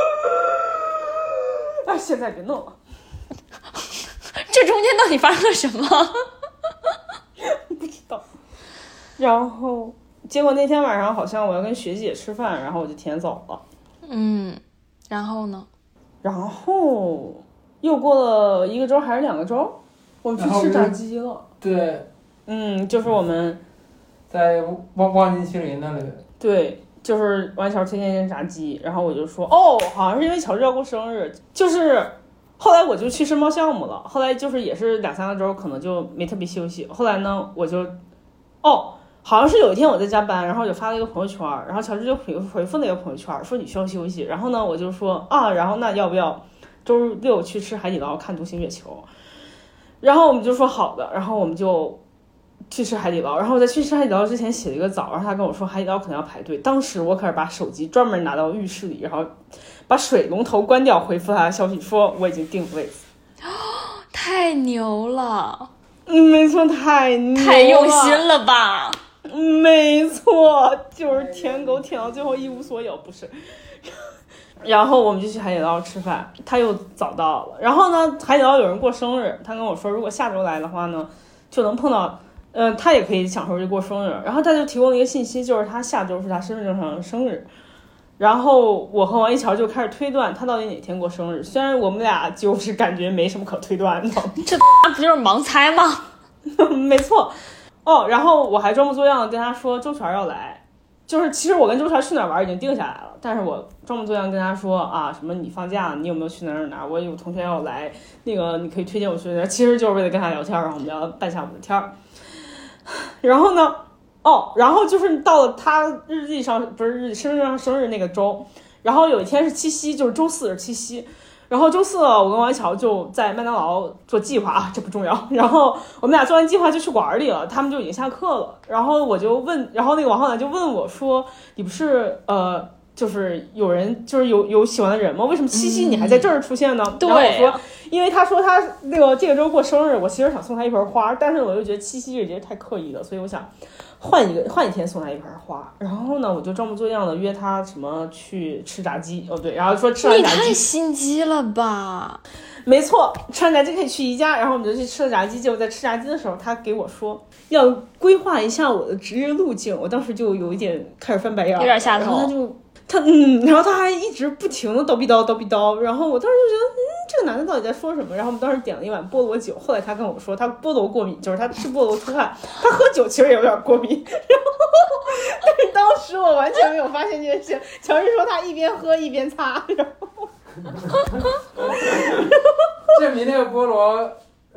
哎，现在别弄了。 这中间到底发生了什么？ 不知道。然后结果那天晚上好像我要跟学姐吃饭，然后我就提前走了。 然后呢？ 然后又过了1个周还是2个周，我们去吃炸鸡了。 对。 就是我们在望京麒麟那里。 对，就是王乔推荐一间炸鸡，然后我就说好像是因为乔治要过生日，就是后来我就去申报项目了，后来就是也是2-3个周可能就没特别休息，后来呢我就好像是有一天我在加班，然后我就发了一个朋友圈，然后乔治就回复那个朋友圈说你需要休息，然后呢我就说然后那要不要周6去吃海底捞看独行月球，然后我们就说好的，然后我们就去吃海底捞，然后我在去吃海底捞之前洗了一个澡，然后他跟我说海底捞可能要排队，当时我可是把手机专门拿到浴室里，然后把水龙头关掉，回复他的消息说我已经订位子。 太牛了。 没错，太用心了吧。 没错，就是舔狗舔到最后一无所有，不是。然后我们就去海底捞吃饭，他又早到了，然后呢海底捞有人过生日，他跟我说如果下周来的话呢就能碰到他也可以享受这过生日，然后他就提供了一个信息，就是他下周是他身份证上的生日，然后我和王一桥就开始推断他到底哪天过生日，虽然我们俩就是感觉没什么可推断的。 这不就是盲猜吗？ 没错。然后我还装模作样的跟他说周全要来，就是其实我跟周全去哪儿玩已经定下来了，但是我装模作样跟他说什么你放假你有没有去哪儿，我有同学要来，那个你可以推荐我去哪儿，其实就是为了跟他聊天，然后我们聊半下午的天。然后呢然后就是到了他日记上不是身份证上生日那个周，然后有一天是七夕，就是周4是七夕， 然后周四我跟王一桥就在麦当劳做计划啊，这不重要。然后我们俩做完计划就去馆里了，他们就已经下课了。然后我就问，然后那个王浩南就问我说：“你不是就是有人就是有喜欢的人吗？为什么七夕你还在这儿出现呢？” 对， 然后我说，因为他说他那个这个周过生日，我其实想送他一盆花，但是我又觉得七夕这个节太刻意了，所以我想换一天送他一盆花。然后呢，我就装模作样的约他什么去吃炸鸡，对，然后说吃完炸鸡。 你太心机了吧？ 没错，吃完炸鸡可以去宜家，然后我们就去吃了炸鸡。结果在吃炸鸡的时候，他给我说要规划一下我的职业路径，我当时就有一点开始翻白眼， 有点下头。 然后然后他还一直不停的叨逼叨，然后我当时就觉得这个男的到底在说什么？然后我们当时点了一碗菠萝酒，后来他跟我说他菠萝过敏，就是他吃菠萝出汗，他喝酒其实也有点过敏。然后但是当时我完全没有发现这件事，乔治说他一边喝一边擦，然后证明那个菠萝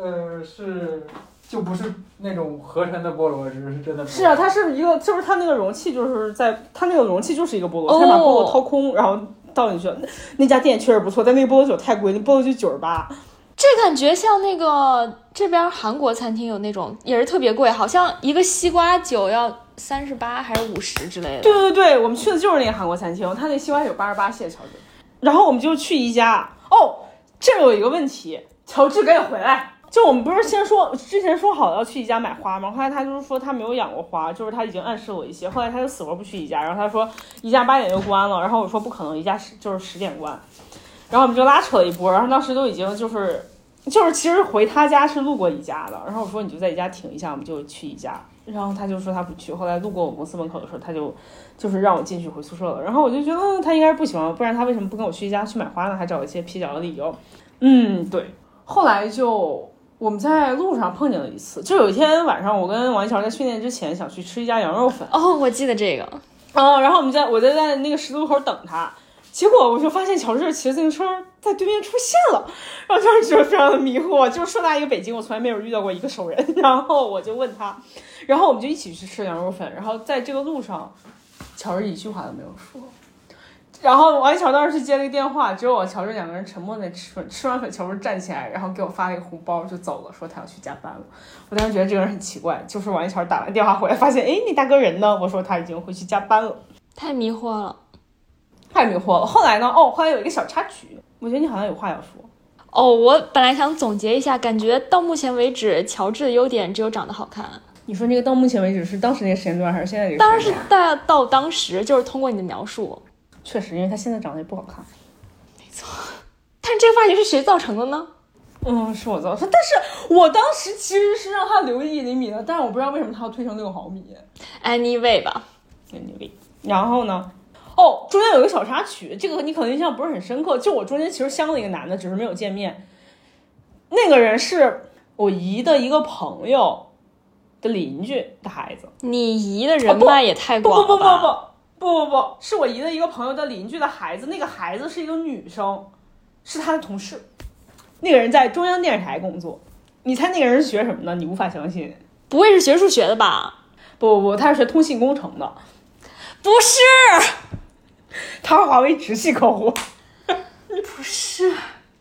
就不是那种合成的菠萝汁，是真的菠萝。 是啊，它是一个，就是它那个容器，就是它那个容器就是一个菠萝，它把菠萝掏空，然后倒进去。那家店确实不错，但那个菠萝酒太贵，那菠萝酒98。 这感觉像那个这边韩国餐厅有那种也是特别贵，好像一个西瓜酒要38还是50之类的。 对，我们去的就是那个韩国餐厅，他那西瓜酒88，谢谢乔治。然后我们就去宜家。这有一个问题，乔治赶紧回来。就我们不是之前说好了要去宜家买花吗？后来他就是说他没有养过花，就是他已经暗示了我一些。后来他就死活不去宜家，然后他说宜家8点就关了，然后我说不可能，宜家就是10点关。然后我们就拉扯了一波，然后当时都已经就是其实回他家是路过宜家的，然后我说你就在宜家停一下，我们就去宜家。然后他就说他不去，后来路过我公司门口的时候，他就是让我进去回宿舍了。然后我就觉得他应该是不喜欢我，不然他为什么不跟我去宜家去买花呢？还找一些蹩脚的理由。对。后来我们在路上碰见了一次，就有一天晚上，我跟王一桥在训练之前想去吃一家羊肉粉。 我记得这个。 然后我就在那个十字路口等他，结果我就发现乔治骑自行车在对面出现了，然后当时觉得非常的迷惑，就是说大一个北京，我从来没有遇到过一个熟人。然后我就问他，然后我们就一起去吃羊肉粉，然后在这个路上，乔治一句话都没有说。然后王一桥当时去接了一个电话，只有我乔治2个人沉默在吃粉。吃完粉，乔治站起来，然后给我发了一个红包就走了，说他要去加班了。我当时觉得这个人很奇怪，就是王一桥打完电话回来，发现那大哥人呢？我说他已经回去加班了。 太迷惑了。 后来呢？后来有一个小插曲，我觉得你好像有话要说。 我本来想总结一下，感觉到目前为止，乔治的优点只有长得好看。 你说这个到目前为止是当时那个时间段还是现在这个时间段？ 当然是到当时，就是通过你的描述。 确实，因为他现在长得也不好看。 没错。但是这个发型是谁造成的呢？ 是我造成，但是我当时其实是让他留1厘米的，但是我不知道为什么他要推成6毫米。 Anyway 吧。 Anyway， 然后呢？中间有一个小插曲，这个你可能印象不是很深刻。就我中间其实相了一个男的，只是没有见面。那个人是我姨的一个朋友的邻居的孩子。 你姨的人脉也太广了吧？ 不，是我姨的一个朋友的邻居的孩子。那个孩子是一个女生，是他的同事。那个人在中央电视台工作。你猜那个人是学什么的？你无法相信。 不会是学数学的吧？ 不，他是学通信工程的。 不是。 他是华为直系客户。 不是。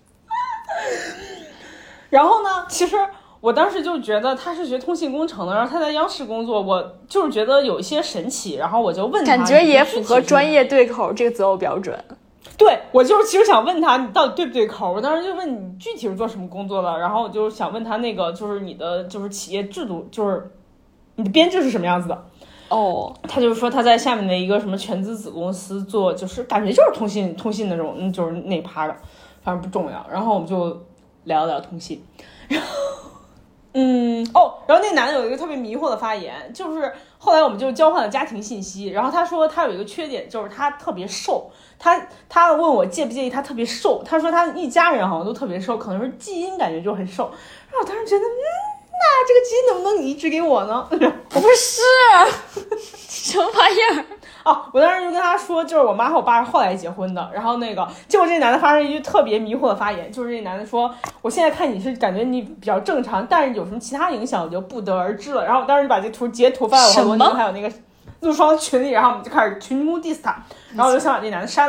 然后呢，其实我当时就觉得他是学通信工程的，然后他在央视工作，我就是觉得有一些神奇，然后我就问他， 感觉也符合专业对口这个择偶标准。 对，我就是其实想问他你到底对不对口，我当时就问你具体是做什么工作的，然后我就想问他那个就是你的就是企业制度，就是你的编制是什么样子的。他就说他在下面的一个什么全资子公司做，就是感觉就是通信那种，就是那趴的，反正不重要。然后我们就聊了聊通信，然后然后那男的有一个特别迷惑的发言，就是后来我们就交换了家庭信息，然后他说他有一个缺点，就是他特别瘦。他问我介不介意他特别瘦，他说他一家人好像都特别瘦，可能是基因感觉就很瘦。然后我当时觉得那这个基因能不能你移植给我呢？ 不是。什么玩意儿？ 我当时就跟他说，就是我妈和我爸是后来结婚的，然后结果这男的发生一句特别迷惑的发言，就是这男的说，我现在看你是感觉你比较正常，但是有什么其他影响我就不得而知了。然后我当时就把这截图发到我和罗宁还有那个陆双群里，然后我们就开始群攻 diss 他，然后我就想把这男的删了。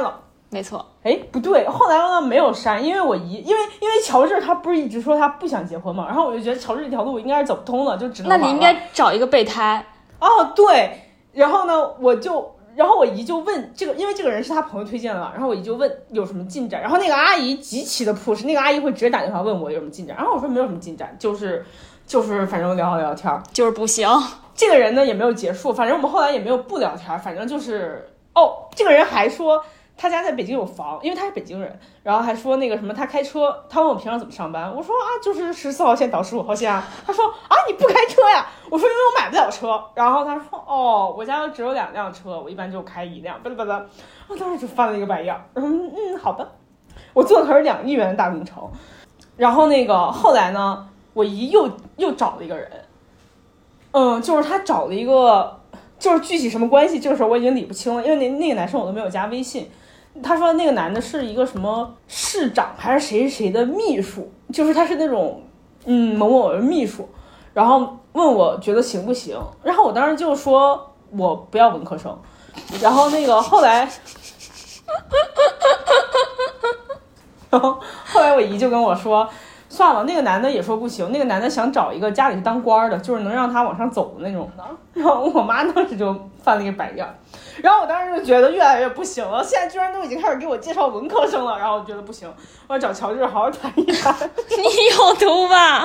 没错。 哎，不对，后来呢没有删，因为我姨，因为乔治他不是一直说他不想结婚嘛，然后我就觉得乔治这条路应该是走不通的，就只能那你应该找一个备胎。 哦，对，然后呢然后我姨就问这个，因为这个人是他朋友推荐的嘛，然后我姨就问有什么进展，然后那个阿姨极其的朴实，那个阿姨会直接打电话问我有什么进展，然后我说没有什么进展，就是反正聊聊天， 就是不行。 这个人呢也没有结束，反正我们后来也没有不聊天，反正就是这个人还说他家在北京有房，因为他是北京人，然后还说那个什么他开车，他问我平常怎么上班，我说就是14号线倒15号线啊，他说你不开车呀，我说因为我买不了车，然后他说我家只有2辆车，我一般就开1辆，巴拉巴拉，我当时就翻了一个白眼，好吧，我做的可是2亿元的大工程，然后那个后来呢，我姨又找了一个人，就是他找了一个，就是具体什么关系，这个时候我已经理不清了，因为那个男生我都没有加微信。他说那个男的是一个什么市长还是谁的秘书，就是他是那种某某的秘书，然后问我觉得行不行，然后我当时就说我不要文科生，然后那个后来我姨就跟我说算了，那个男的也说不行，那个男的想找一个家里是当官的，就是能让他往上走的那种的，然后我妈当时就翻了一个白眼，然后我当时就觉得越来越不行了，现在居然都已经开始给我介绍文科生了，然后我觉得不行，我要找乔治好好谈一谈。 你有毒吧？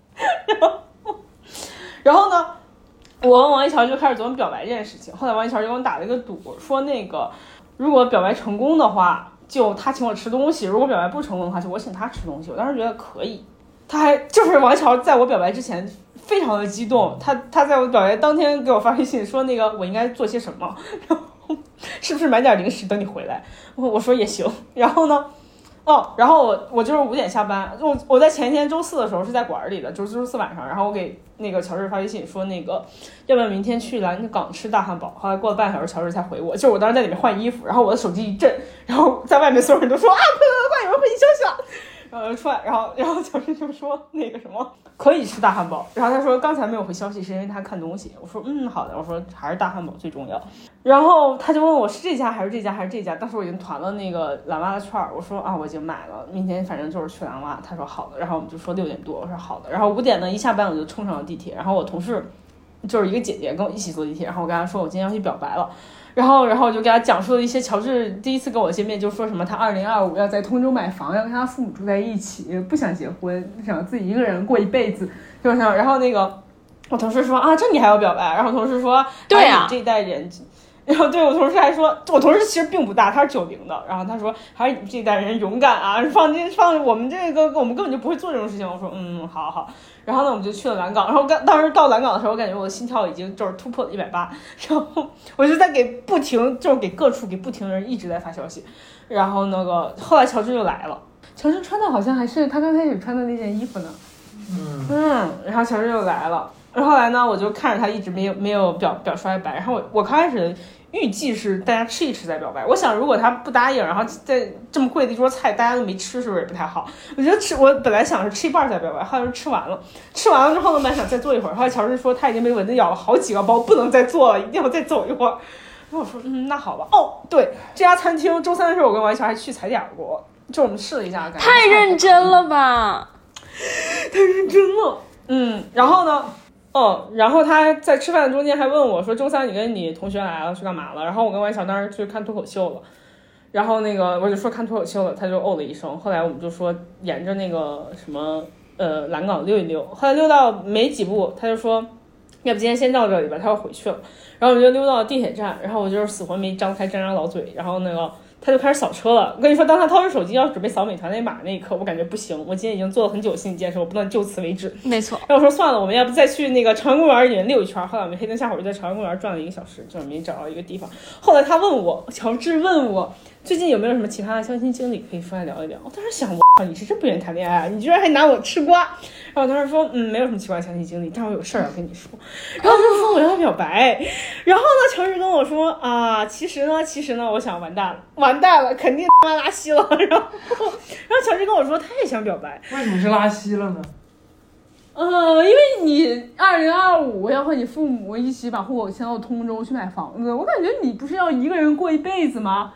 然后呢，我跟王一乔就开始琢磨表白这件事情，后来王一乔就跟我打了一个赌，说那个如果表白成功的话就他请我吃东西，如果表白不成功的话就我请他吃东西，我当时觉得可以。他还就是王一乔在我表白之前非常的激动，他在我表白当天给我发微信说那个我应该做些什么，然后是不是买点零食等你回来，我说也行。然后呢然后我就是5点下班，我在前一天周4的时候是在馆里的，就是周4晚上，然后我给那个乔治发微信说那个要不要明天去蓝港吃大汉堡，后来过了半小时乔治才回我，就是我当时在里面换衣服，然后我的手机一震，然后在外面所有人都说快有人回你消息了，然后出来，然后乔治就说那个什么可以吃大汉堡，然后他说刚才没有回消息是因为他看东西，我说好的，我说还是大汉堡最重要，然后他就问我是这家还是这家还是这家，当时我已经团了那个蓝蛙的券，我说我已经买了，明天反正就是去蓝蛙，他说好的，然后我们就说6点多，我说好的，然后5点呢一下班我就冲上了地铁，然后我同事就是一个姐姐跟我一起坐地铁，然后我跟她说我今天要去表白了，然后我就给他讲述了一些乔治第一次跟我见面就说什么他2025要在通州买房，要跟他父母住在一起，不想结婚，想自己一个人过一辈子，就想。然后那个我同事说这你还要表白，然后我同事说对啊， 你这一代人，然后对我同事还说，我同事其实并不大，他是90的，然后他说还是你这一代人勇敢啊，放我们这个我们根本就不会做这种事情，我说好。然后呢，我们就去了蓝港。然后当时到蓝港的时候，我感觉我的心跳已经就是突破了180，然后我就在给各处给不停的人一直在发消息。然后那个后来乔治就来了，乔治穿的好像还是他刚开始穿的那件衣服呢。然后乔治就来了。然后后来呢，我就看着他一直没有表衰白。然后我刚开始预计是大家吃一吃再表白，我想如果他不答应，然后在这么贵的一桌菜大家都没吃，是不是也不太好？我觉得我本来想是吃一半再表白，后来吃完了之后呢，本来想再坐一会儿，后来乔治说他已经被蚊子咬了好几个包，不能再坐了，一定要再走一会儿。然后我说那好吧。对，这家餐厅周3的时候我跟王一乔还去踩点过，就我们试了一下，感觉太认真了吧， 太认真了。然后呢然后他在吃饭的中间还问我说周3你跟你同学来了去干嘛了，然后我跟王一乔当时去看脱口秀了，然后那个我就说看脱口秀了，他就哦了一声，后来我们就说沿着那个什么蓝港溜一溜，后来溜到没几步他就说要不今天先到这里吧，他要回去了，然后我们就溜到了地铁站，然后我就是死活没张老嘴，然后那个他就开始扫车了。我跟你说，当他掏出手机要准备扫美团那码那一刻，我感觉不行，我今天已经做了很久心理建设，我不能就此为止。 没错。 然后我说算了，我们要不再去那个朝阳公园里面溜一圈。后来我们黑灯瞎火就在朝阳公园转了1个小时，就是没找到一个地方。后来他问我，乔治问我最近有没有什么其他的相亲经历可以出来聊一聊。我当时想，你是真不愿意谈恋爱啊？你居然还拿我吃瓜。然后我当时说没有什么奇怪的相亲经历，但我有事儿要跟你说。然后他就说我要表白。然后呢，乔治跟我说其实呢，我想完蛋了，肯定他妈拉稀了。然后乔治跟我说他也想表白。 为什么是拉稀了呢？ 因为你2025要和你父母一起把户口迁到通州去买房子，我感觉你不是要一个人过一辈子吗？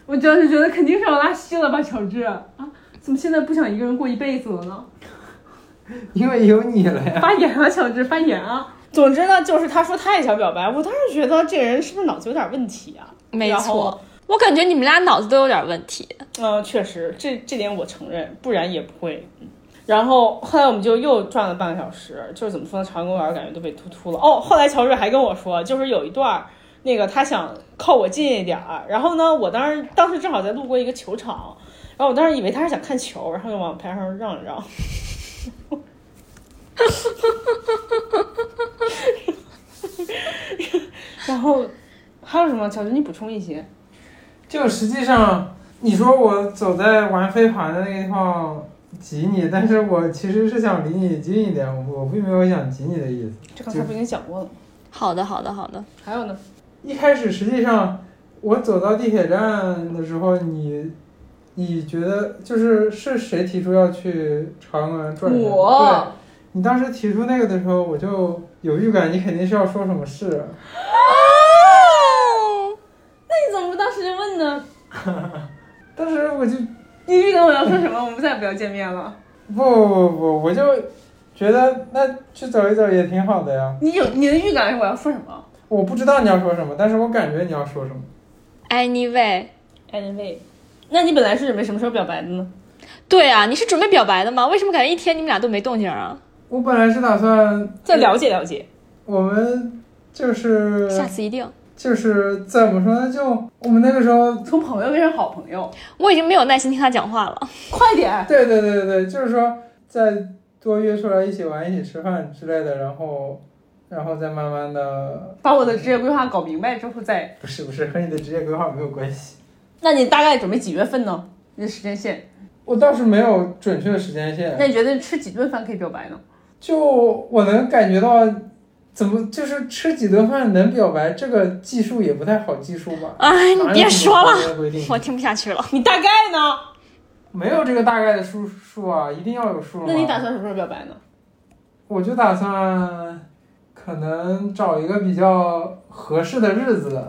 我当时觉得肯定是要拉稀了吧，乔治啊，怎么现在不想一个人过一辈子了呢？ 因为有你了呀。 发言啊，乔治，发言啊！总之呢，就是他说他也想表白，我当时觉得这个人是不是脑子有点问题啊？ 没错，我感觉你们俩脑子都有点问题。 确实，这点我承认，不然也不会。然后后来我们就又转了半个小时，就是怎么说呢，朝阳公园感觉都被突了。后来乔治还跟我说，就是有一段那个他想靠我近一点儿，然后呢，我当时正好在路过一个球场，然后我当时以为他是想看球，然后就往台上让了让。然后还有什么？乔治，你补充一些。 就实际上，你说我走在玩飞盘的那个地方挤你，但是我其实是想离你近一点，我并没有想挤你的意思。 这刚才不已经讲过了吗？ 好的。 还有呢？ 一开始实际上我走到地铁站的时候，你觉得是谁提出要去朝阳公园转一下？ 我。 对，你当时提出那个的时候，我就有预感，你肯定是要说什么事。 那你怎么不当时就问呢？ 当时我就， 你预感我要说什么？我们再也不要见面了。 不，我就觉得那去走一走也挺好的呀。 你的预感是我要说什么？ 我不知道你要说什么，但是我感觉你要说什么。 Anyway， 那你本来是准备什么时候表白的呢？ 对啊，你是准备表白的吗？为什么感觉一天你们俩都没动静啊？ 我本来是打算再了解了解。 我们就是下次一定。 就是怎么说呢？就我们那个时候从朋友变成好朋友， 我已经没有耐心听他讲话了。 快点！ 对，就是说再多约出来一起玩、一起吃饭之类的，然后再慢慢的把我的职业规划搞明白之后再。 不是和你的职业规划没有关系。 那你大概准备几月份呢？你的时间线？ 我倒是没有准确的时间线。 那你觉得吃几顿饭可以表白呢？ 就我能感觉到。怎么就是吃几顿饭能表白？这个计数也不太好计数吧？ 哎，你别说了，我听不下去了。 你大概呢？ 没有这个大概的数啊，一定要有数。 那你打算什么时候表白呢？ 我就打算可能找一个比较合适的日子，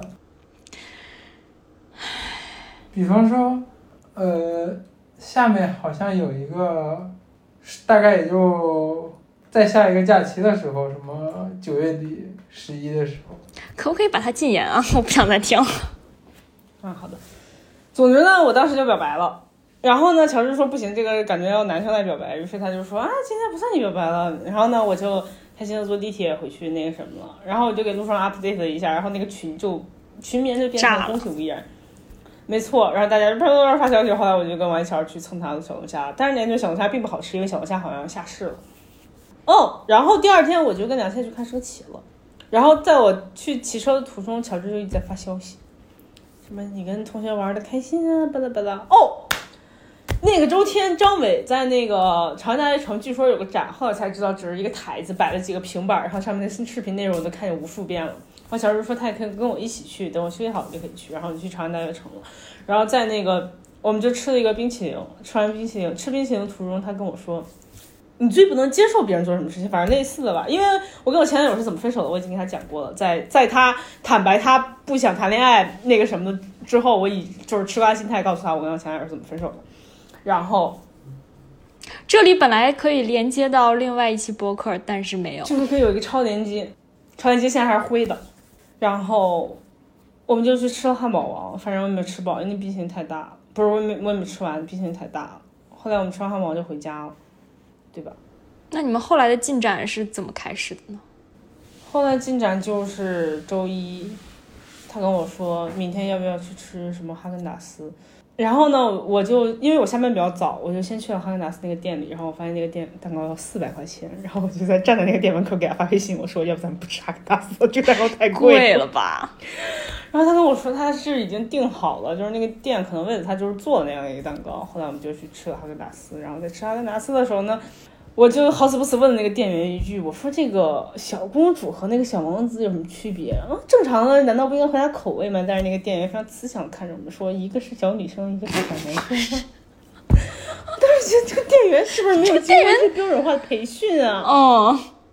比方说，下面好像有一个，大概也就。在下一个假期的时候，什么9月底、11的时候， 可不可以把它禁言啊？我不想再听。 好的。总之呢，我当时就表白了。然后呢，乔治说不行，这个感觉要男生来表白，于是他就说今天不算你表白了。然后呢，我就开心的坐地铁回去那个什么了。然后我就给路上 update 了一下，然后那个群名就变成了恭喜无依然。没错，然后大家就发消息。后来我就跟王一乔去蹭他的小龙虾，但是那顿小龙虾并不好吃，因为小龙虾好像下市了。然后第二天我就跟梁倩去看升旗了，然后在我去骑车的途中，乔治就一直在发消息，什么你跟同学玩的开心啊，巴拉巴拉。那个周天张伟在那个长安大学城据说有个展，后来才知道只是一个台子摆了几个平板，然后上面的新视频内容我都看见无数遍了。然后乔治说他也可以跟我一起去，等我休息好就可以去，然后我就去长安大学城了。然后在那个我们就吃了一个冰淇淋，吃冰淇淋途中他跟我说，你最不能接受别人做什么事情，反正类似的吧。因为我跟我前男友是怎么分手的，我已经跟他讲过了。在他坦白他不想谈恋爱那个什么的之后，我以就是吃瓜心态告诉他我跟我前男友是怎么分手的。然后这里本来可以连接到另外一期播客，但是没有， 就是可以有一个超连接现在还是灰的。然后我们就去吃了汉堡王，反正我也没吃饱，因为冰淇淋太大了，不是我也没吃完，冰淇淋太大了。后来我们吃完汉堡王就回家了，对吧？ 那你们后来的进展是怎么开始的呢？ 后来进展就是周一他跟我说明天要不要去吃什么哈根达斯，然后呢我就因为我下班比较早，我就先去了哈根达斯那个店里，然后我发现那个店蛋糕要400块钱，然后我就站在那个店门口给他发微信，我说要不咱们不吃哈根达斯，这个蛋糕太贵了吧。 然后他跟我说他是已经订好了，就是那个店可能为了他就是做了那样一个蛋糕。后来我们就去吃了哈根达斯，然后在吃哈根达斯的时候呢，我就好死不死问了那个店员一句，我说这个小公主和那个小王子有什么区别？正常的难道不应该回答口味吗？但是那个店员非常慈祥看着我们说，一个是小女生，一个是小男生。我当时觉得这个店员是不是没有经过标准化的培训啊？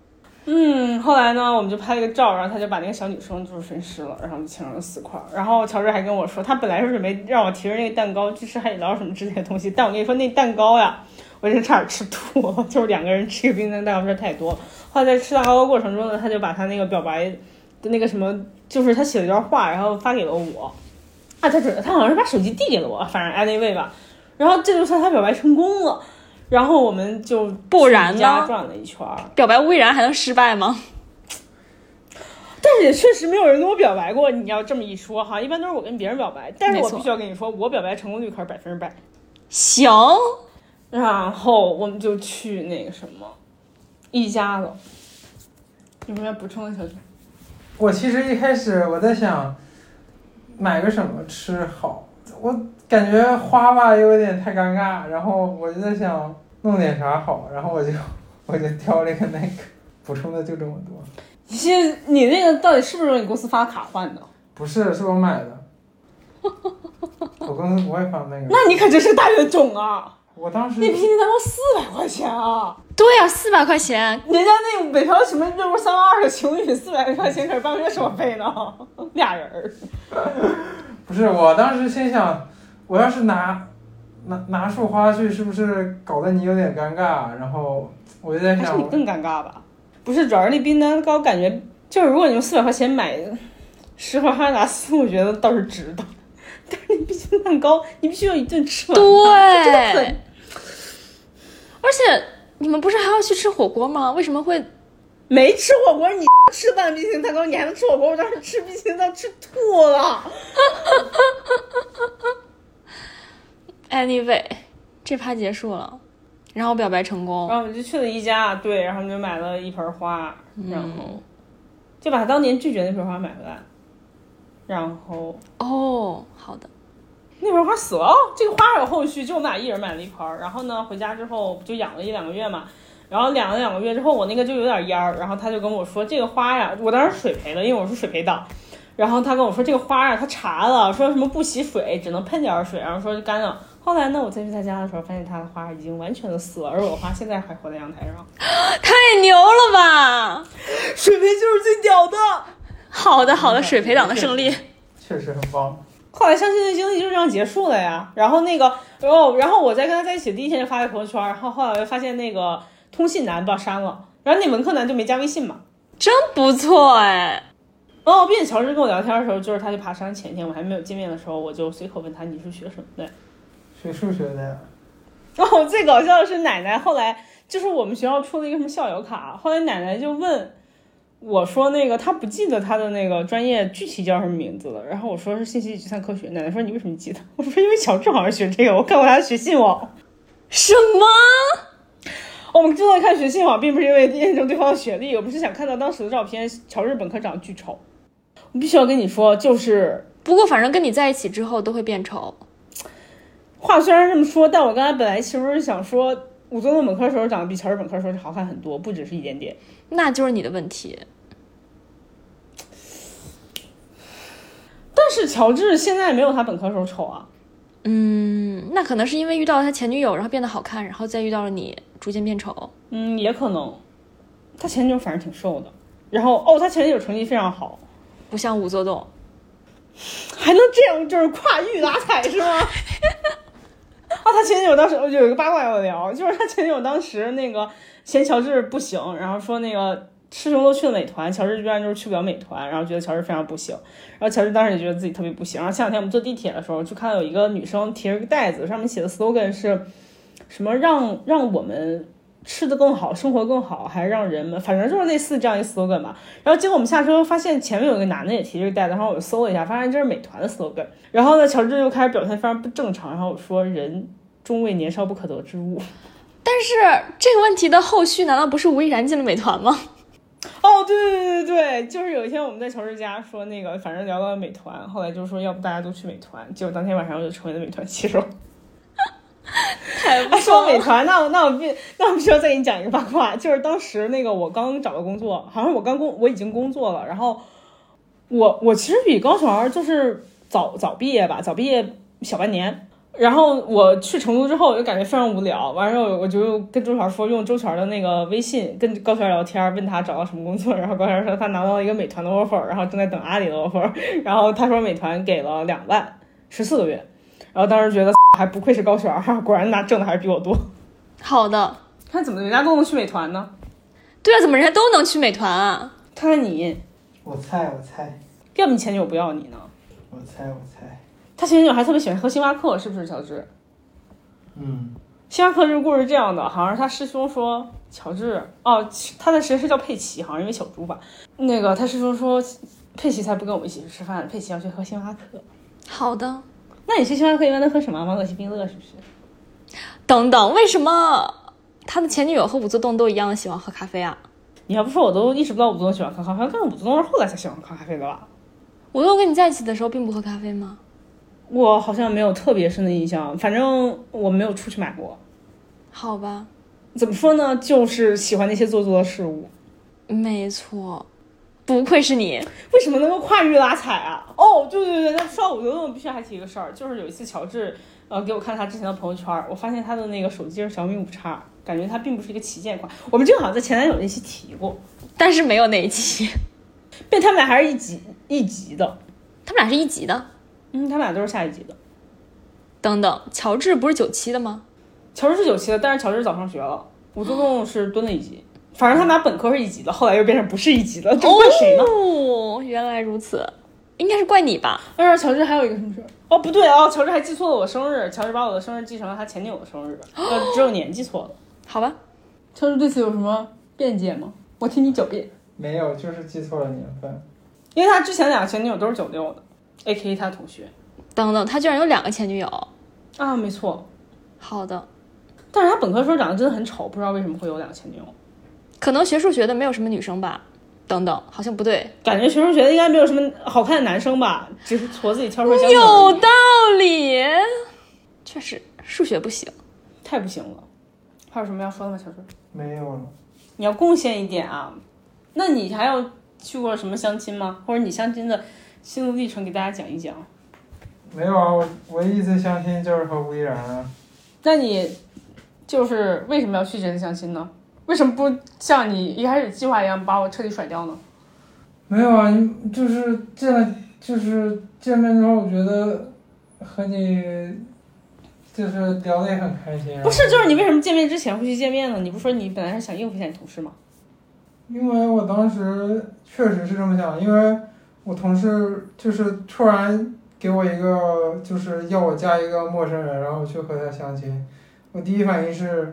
后来呢，我们就拍了个照，然后他就把那个小女生就是分尸了，然后就切成了4块。然后乔治还跟我说，他本来是准备让我提着那个蛋糕去吃海底捞什么之类的东西，但我跟你说那蛋糕呀，我真差点吃吐了，就是2个人吃一个冰蛋糕，不是太多。后来在吃蛋糕的过程中呢，他就把他那个表白的那个什么，就是他写了一段话，然后发给了我。他好像是把手机递给了我，反正 anyway 吧。然后这就算他表白成功了。然后我们就不然呢？ 转了一圈， 表白未然还能失败吗？ 但是也确实没有人跟我表白过。你要这么一说哈，一般都是我跟别人表白，但是我必须要跟你说，我表白成功率可是100%。 行， 然后我们就去那个什么一家了。有没有要补充的小姐？ 我其实一开始我在想买个什么吃好，我感觉花吧有点太尴尬，然后我就在想弄点啥好，然后我就挑了一个那个，补充的就这么多。 你那个到底是不是你公司发卡换的？ 不是，是我买的。我公司不会发那个。 那你可真是大冤种啊！ 我当时那冰淇淋蛋糕400块钱啊！ 对呀，400块钱， 人家那北漂什么632的情侣400块钱可是半个月生活费呢，2人。 不是，我当时心想，我要是拿束花去，是不是搞得你有点尴尬？然后我就在想， 还是你更尴尬吧？不是，主要是那冰蛋糕感觉就是，如果你用400块钱买10盒哈根达斯，我觉得倒是值的。但是那冰淇淋蛋糕，你必须要一顿吃完。 对，而且你们不是还要去吃火锅吗？为什么会没吃火锅？你吃半冰淇淋蛋糕，你还能吃火锅？我当时吃冰淇淋蛋糕吃吐了。 Anyway， 这趴结束了，然后表白成功， 然后我们就去了一家，对，然后我们就买了一盆花，然后就把他当年拒绝那盆花买回来，然后好的， 那盆花死了，这个花还有后续，就我们俩一人买了一盆，然后呢回家之后就养了1-2个月嘛，然后养了2个月之后，我那个就有点蔫儿，然后他就跟我说这个花呀，我当时水培的，因为我是水培党。然后他跟我说这个花啊，他查了，说什么不洗水，只能喷点水，然后说干了。后来呢，我再去他家的时候，发现他的花已经完全的死了，而我的花现在还活在阳台上。 太牛了吧！ 水培就是最屌的。 好的，水培党的胜利， 确实很棒。 后来相亲的经历就这样结束了呀。然后然后我在跟他在一起第一天就发了朋友圈，然后后来我就发现那个通信男把删了，然后那文科男就没加微信嘛， 真不错哎。 并且乔治跟我聊天的时候，就是他去爬山前天，我还没有见面的时候，我就随口问他你是学什么的？ 学数学的呀。 最搞笑的是奶奶后来就是我们学校出了一个什么校友卡，后来奶奶就问我说那个他不记得他的那个专业具体叫什么名字了，然后我说是信息计算科学，奶奶说你为什么记得？我说因为乔治好像学这个，我看过他学信网。 什么？ 我们之所以看学信网，并不是因为验证对方的学历，我们是想看到当时的照片，乔治本科长得巨丑。我必须要跟你说，就是不过反正跟你在一起之后都会变丑。 话虽然这么说，但我刚才本来其实是想说，武宗的本科时候长得比乔治本科时候好看很多，不只是一点点。 那就是你的问题。 但是乔治现在没有他本科时候丑啊。 那可能是因为遇到了他前女友，然后变得好看，然后再遇到了你，逐渐变丑。 也可能。他前女友反正挺瘦的，然后他前女友成绩非常好， 不像武作栋， 还能这样就是跨域拉踩是吗？他前女友当时有一个八卦要聊，就是他前女友当时那个嫌乔治不行，然后说那个师兄都去了美团，乔治居然就是去不了美团，然后觉得乔治非常不行，然后乔治当时也觉得自己特别不行。然后前2天我们坐地铁的时候，就看到有一个女生提着个袋子，上面写的 slogan 是什么让我们吃得更好，生活更好，还是让人们，反正就是类似这样一个 slogan 吧。然后结果我们下车发现前面有一个男的也提着个袋子，然后我就搜了一下，发现这是美团的 slogan。然后呢，乔治就开始表现非常不正常，然后我说人终为年少不可得之物。 但是这个问题的后续难道不是吴亦然进了美团吗？ 对，就是有一天我们在乔治家说那个，反正聊到了美团，后来就说要不大家都去美团，结果当天晚上我就成为了美团骑手。说美团，那我必须要再给你讲一个八卦，就是当时那个我刚找到工作，好像我已经工作了，然后我其实比高小孩就是早毕业吧，早毕业小半年。 然后我去成都之后，我就感觉非常无聊。完了，我就跟周璇说，用周璇的那个微信跟高璇聊天，问他找到什么工作。然后高璇说他拿到了一个美团的 offer， 然后正在等阿里的 offer。然后他说美团给了2万，14个月。然后当时觉得还不愧是高璇，果然挣的还是比我多。 好的， 看怎么人家都能去美团呢？ 对啊，怎么人家都能去美团啊？ 看看你， 我猜， 要不你前女友不要你呢？ 我猜， 他前女友还特别喜欢喝星巴克，是不是乔治？星巴克这个故事是这样的，好像是他师兄说乔治他的实际是叫佩奇，好像因为小猪吧。那个他师兄说佩奇才不跟我们一起去吃饭，佩奇要去喝星巴克。 好的， 那你去星巴克一般都喝什么？王可希冰乐是不是？ 等等，为什么他的前女友和武则栋都一样的喜欢喝咖啡啊？ 你要不说我都意识不到武则栋喜欢喝咖啡，但是武则栋是后来才喜欢喝咖啡的吧？ 武则栋跟你在一起的时候并不喝咖啡吗？ 我好像没有特别深的印象，反正我没有出去买过。 好吧， 怎么说呢，就是喜欢那些做作的事物。 没错，不愧是你。 为什么能够跨域拉踩啊？对，他说到武则栋必须还提一个事儿，就是有一次乔治给我看他之前的朋友圈，我发现他的那个手机是小米5X，感觉他并不是一个旗舰款。我们这个好像在前男友那期提过， 但是没有那一期。 他们俩还是一级的。 他们俩是一级的。 他们俩都是下一级的。 等等，乔治不是97的吗？ 乔治是97的，但是乔治早上学了，武则栋是蹲了一级。反正他们俩本科是一级的，后来又变成不是一级的，这怪谁呢？ 原来如此，应该是怪你吧？ 乔治还有一个什么事？不对乔治还记错了我生日，乔治把我的生日记成了他前女友的生日，只有年记错了。 好吧， 乔治对此有什么辩解吗？我听你狡辩。 没有，就是记错了年份。 因为他之前2个前女友都是96的 ，A.K.A 他的同学。 等等，他居然有2个前女友啊？没错。 好的， 但是他本科时候长得真的很丑，不知道为什么会有2个前女友。 可能学数学的没有什么女生吧。等等，好像不对， 感觉学数学的应该没有什么好看的男生吧，只是矬子里挑出香。 有道理，确实数学不行， 太不行了。还有什么要说的吗，乔治？ 没有了。 你要贡献一点啊。那你还有去过什么相亲吗？或者你相亲的心路历程给大家讲一讲。 没有啊，我唯一一次相亲就是和吴亦然啊。 那你就是为什么要去这次相亲呢？为什么不像你一开始计划一样把我彻底甩掉呢？ 没有啊，就是见面之后，我觉得和你就是聊得也很开心。 不是，就是你为什么见面之前会去见面呢？你不说你本来是想应付一下你同事吗？ 因为我当时确实是这么想，因为我同事就是突然给我一个，就是要我加一个陌生人，然后去和他相亲。我第一反应是，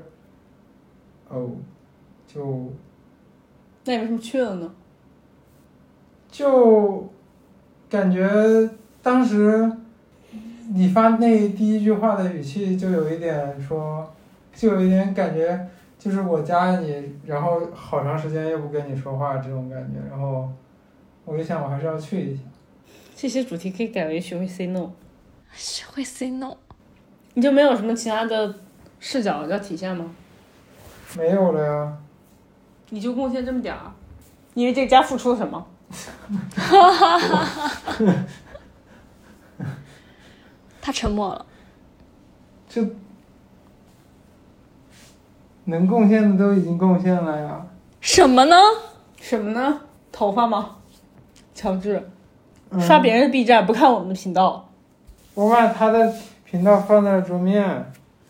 那你为什么去了呢？ 就感觉当时你发那第一句话的语气就有一点说，就有一点感觉就是我加了你，然后好长时间又不跟你说话这种感觉，然后我就想我还是要去一下。 这些主题可以改为学会 say no。 学会 say no。 你就没有什么其他的视角要体现吗？ 没有了呀。 你就贡献这么点儿，你为这个家付出了什么？ 他沉默了。 就能贡献的都已经贡献了呀。 什么呢？ 什么呢？头发吗？乔治，刷别人的 B 站不看我们的频道。 我把他的频道放在了桌面。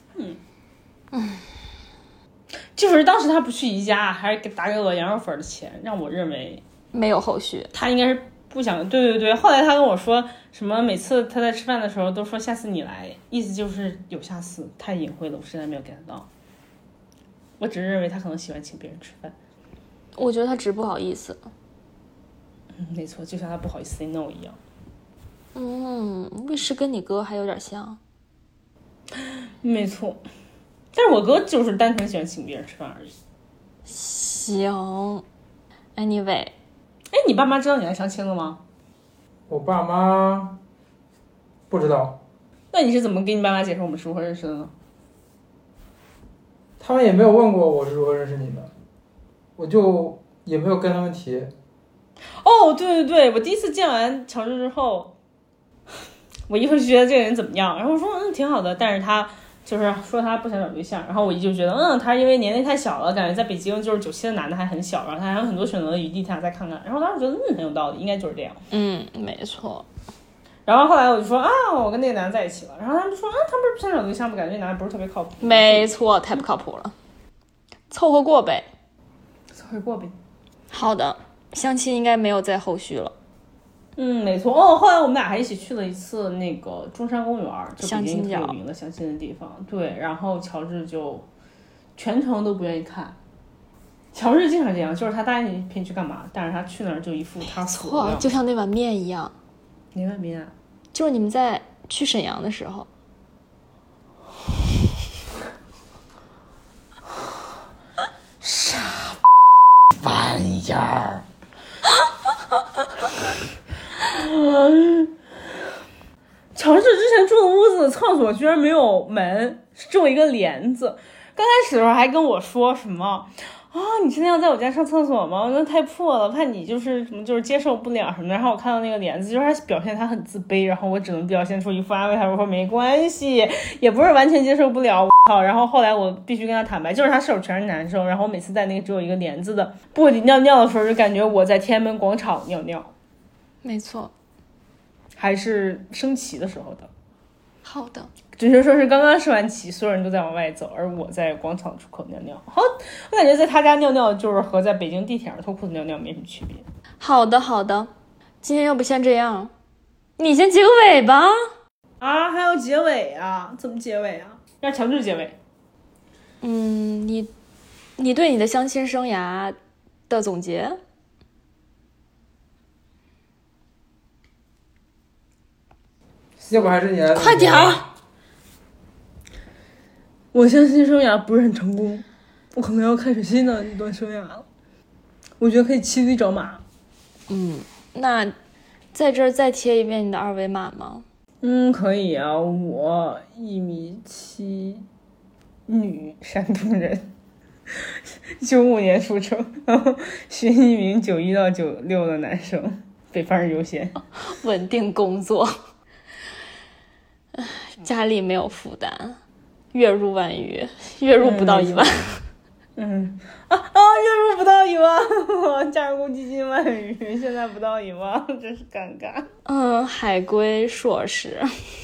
就是当时他不去宜家，还是打给我羊肉粉的钱，让我认为没有后续。 他应该是不想。对，后来他跟我说什么，每次他在吃饭的时候都说下次你来，意思就是有下次，太隐晦了，我实在没有 get 到。我只是认为他可能喜欢请别人吃饭。 我觉得他只是不好意思。 没错，就像他不好意思 say no 一样。 卫士跟你哥还有点像。 没错，但是我哥就是单纯喜欢请别人吃饭而已。 行 ，anyway， 你爸妈知道你来相亲了吗？ 我爸妈不知道。 那你是怎么给你爸妈解释我们是如何认识的呢？ 他们也没有问过我是如何认识你的，我就也没有跟他们提。 对，我第一次见完乔治之后， 我姨夫就觉得这个人怎么样，然后我说挺好的，但是他就是说他不想找对象，然后我姨就觉得他因为年龄太小了，感觉在北京就是97的男的还很小，然后他还有很多选择的余地，他想再看看，然后当时觉得很有道理，应该就是这样。 没错。 然后后来我就说我跟那个男的在一起了，然后他们就说他们不是不想找对象吗？感觉那男的不是特别靠谱。 没错，太不靠谱了，凑合过呗。 凑合过呗。 好的，相亲应该没有再后续了。 没错。后来我们俩还一起去了一次那个中山公园，就北京特有名的相亲的地方。对，然后乔治就全程都不愿意看。乔治经常这样，就是他答应你陪你去干嘛，但是他去那儿就一副他死错，就像那碗面一样。 哪碗面啊？ 就是你们在去沈阳的时候。 啥玩意儿？ 乔治之前住的屋子的厕所居然没有门，只有一个帘子。刚开始的时候还跟我说什么你真的要在我家上厕所吗？那太破了，怕你就是什么就是接受不了什么的。然后我看到那个帘子，就是他表现他很自卑，然后我只能表现出一副安慰他，我说没关系，也不是完全接受不了。然后后来我必须跟他坦白，就是他室友全是男生，然后我每次在那个只有一个帘子的布里尿尿的时候，就感觉我在天安门广场尿尿。 没错， 还是升旗的时候的。 好的。 只是说是刚刚升完旗，所有人都在往外走，而我在广场出口尿尿。好，我感觉在他家尿尿就是和在北京地铁上脱裤子尿尿没什么区别。 好的，今天要不先这样，你先结个尾吧。 还要结尾啊？怎么结尾啊？让乔治结尾。 你对你的相亲生涯的总结？ 要不还是你来？ 快点儿！ 我相亲生涯不是很成功，我可能要开始新的一段生涯了。我觉得可以骑驴找马。 那在这儿再贴一遍你的2维码吗？ 可以啊。我1.7米，女，山东人，95年出生，然后学一名91到96的男生，北方人优先， 稳定工作，家里没有负担，月入万余，月入不到1万。 月入不到1万，家人公积金万余，现在不到1万，真是尴尬。 海归硕士。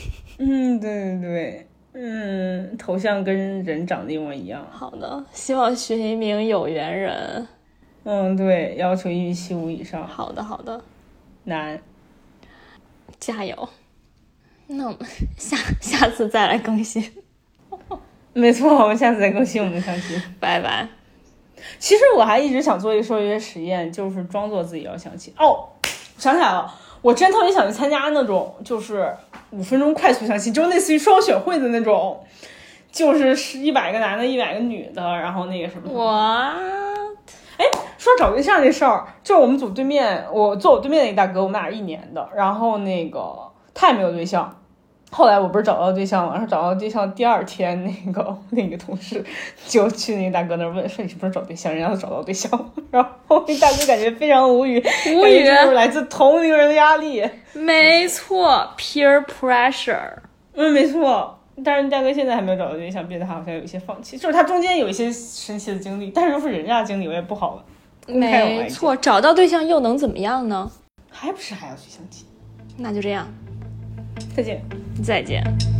对，头像跟人长得一模一样。 好的，希望寻一名有缘人。 对，要求1.75米以上。 好的， 难， 加油。那我们下次再来更新。 没错，我们下次再更新我们的相亲。 拜拜。 其实我还一直想做一个数学实验，就是装作自己要相亲。想起来了，我之前特别想去参加那种就是5分钟快速相亲，就是类似于双选会的那种，就是100个男的100个女的，然后那个什么。说找对象这事儿，就是我们组对面，我坐我对面那个大哥，我们俩是1年的，然后那个他也没有对象。后来我不是找到对象了，然后找到对象第2天，那个同事就去那个大哥那儿问，说你是不是找对象？人家都找到对象了。然后那大哥感觉非常无语，就是来自同龄人的压力。 没错 ，peer pressure。 没错。但是大哥现在还没有找到对象，并且他好像有一些放弃，就是他中间有一些神奇的经历，但是又是人家的经历，我也不好没错，找到对象又能怎么样呢？ 还不是还要去相亲？ 那就这样， 再见。 再见。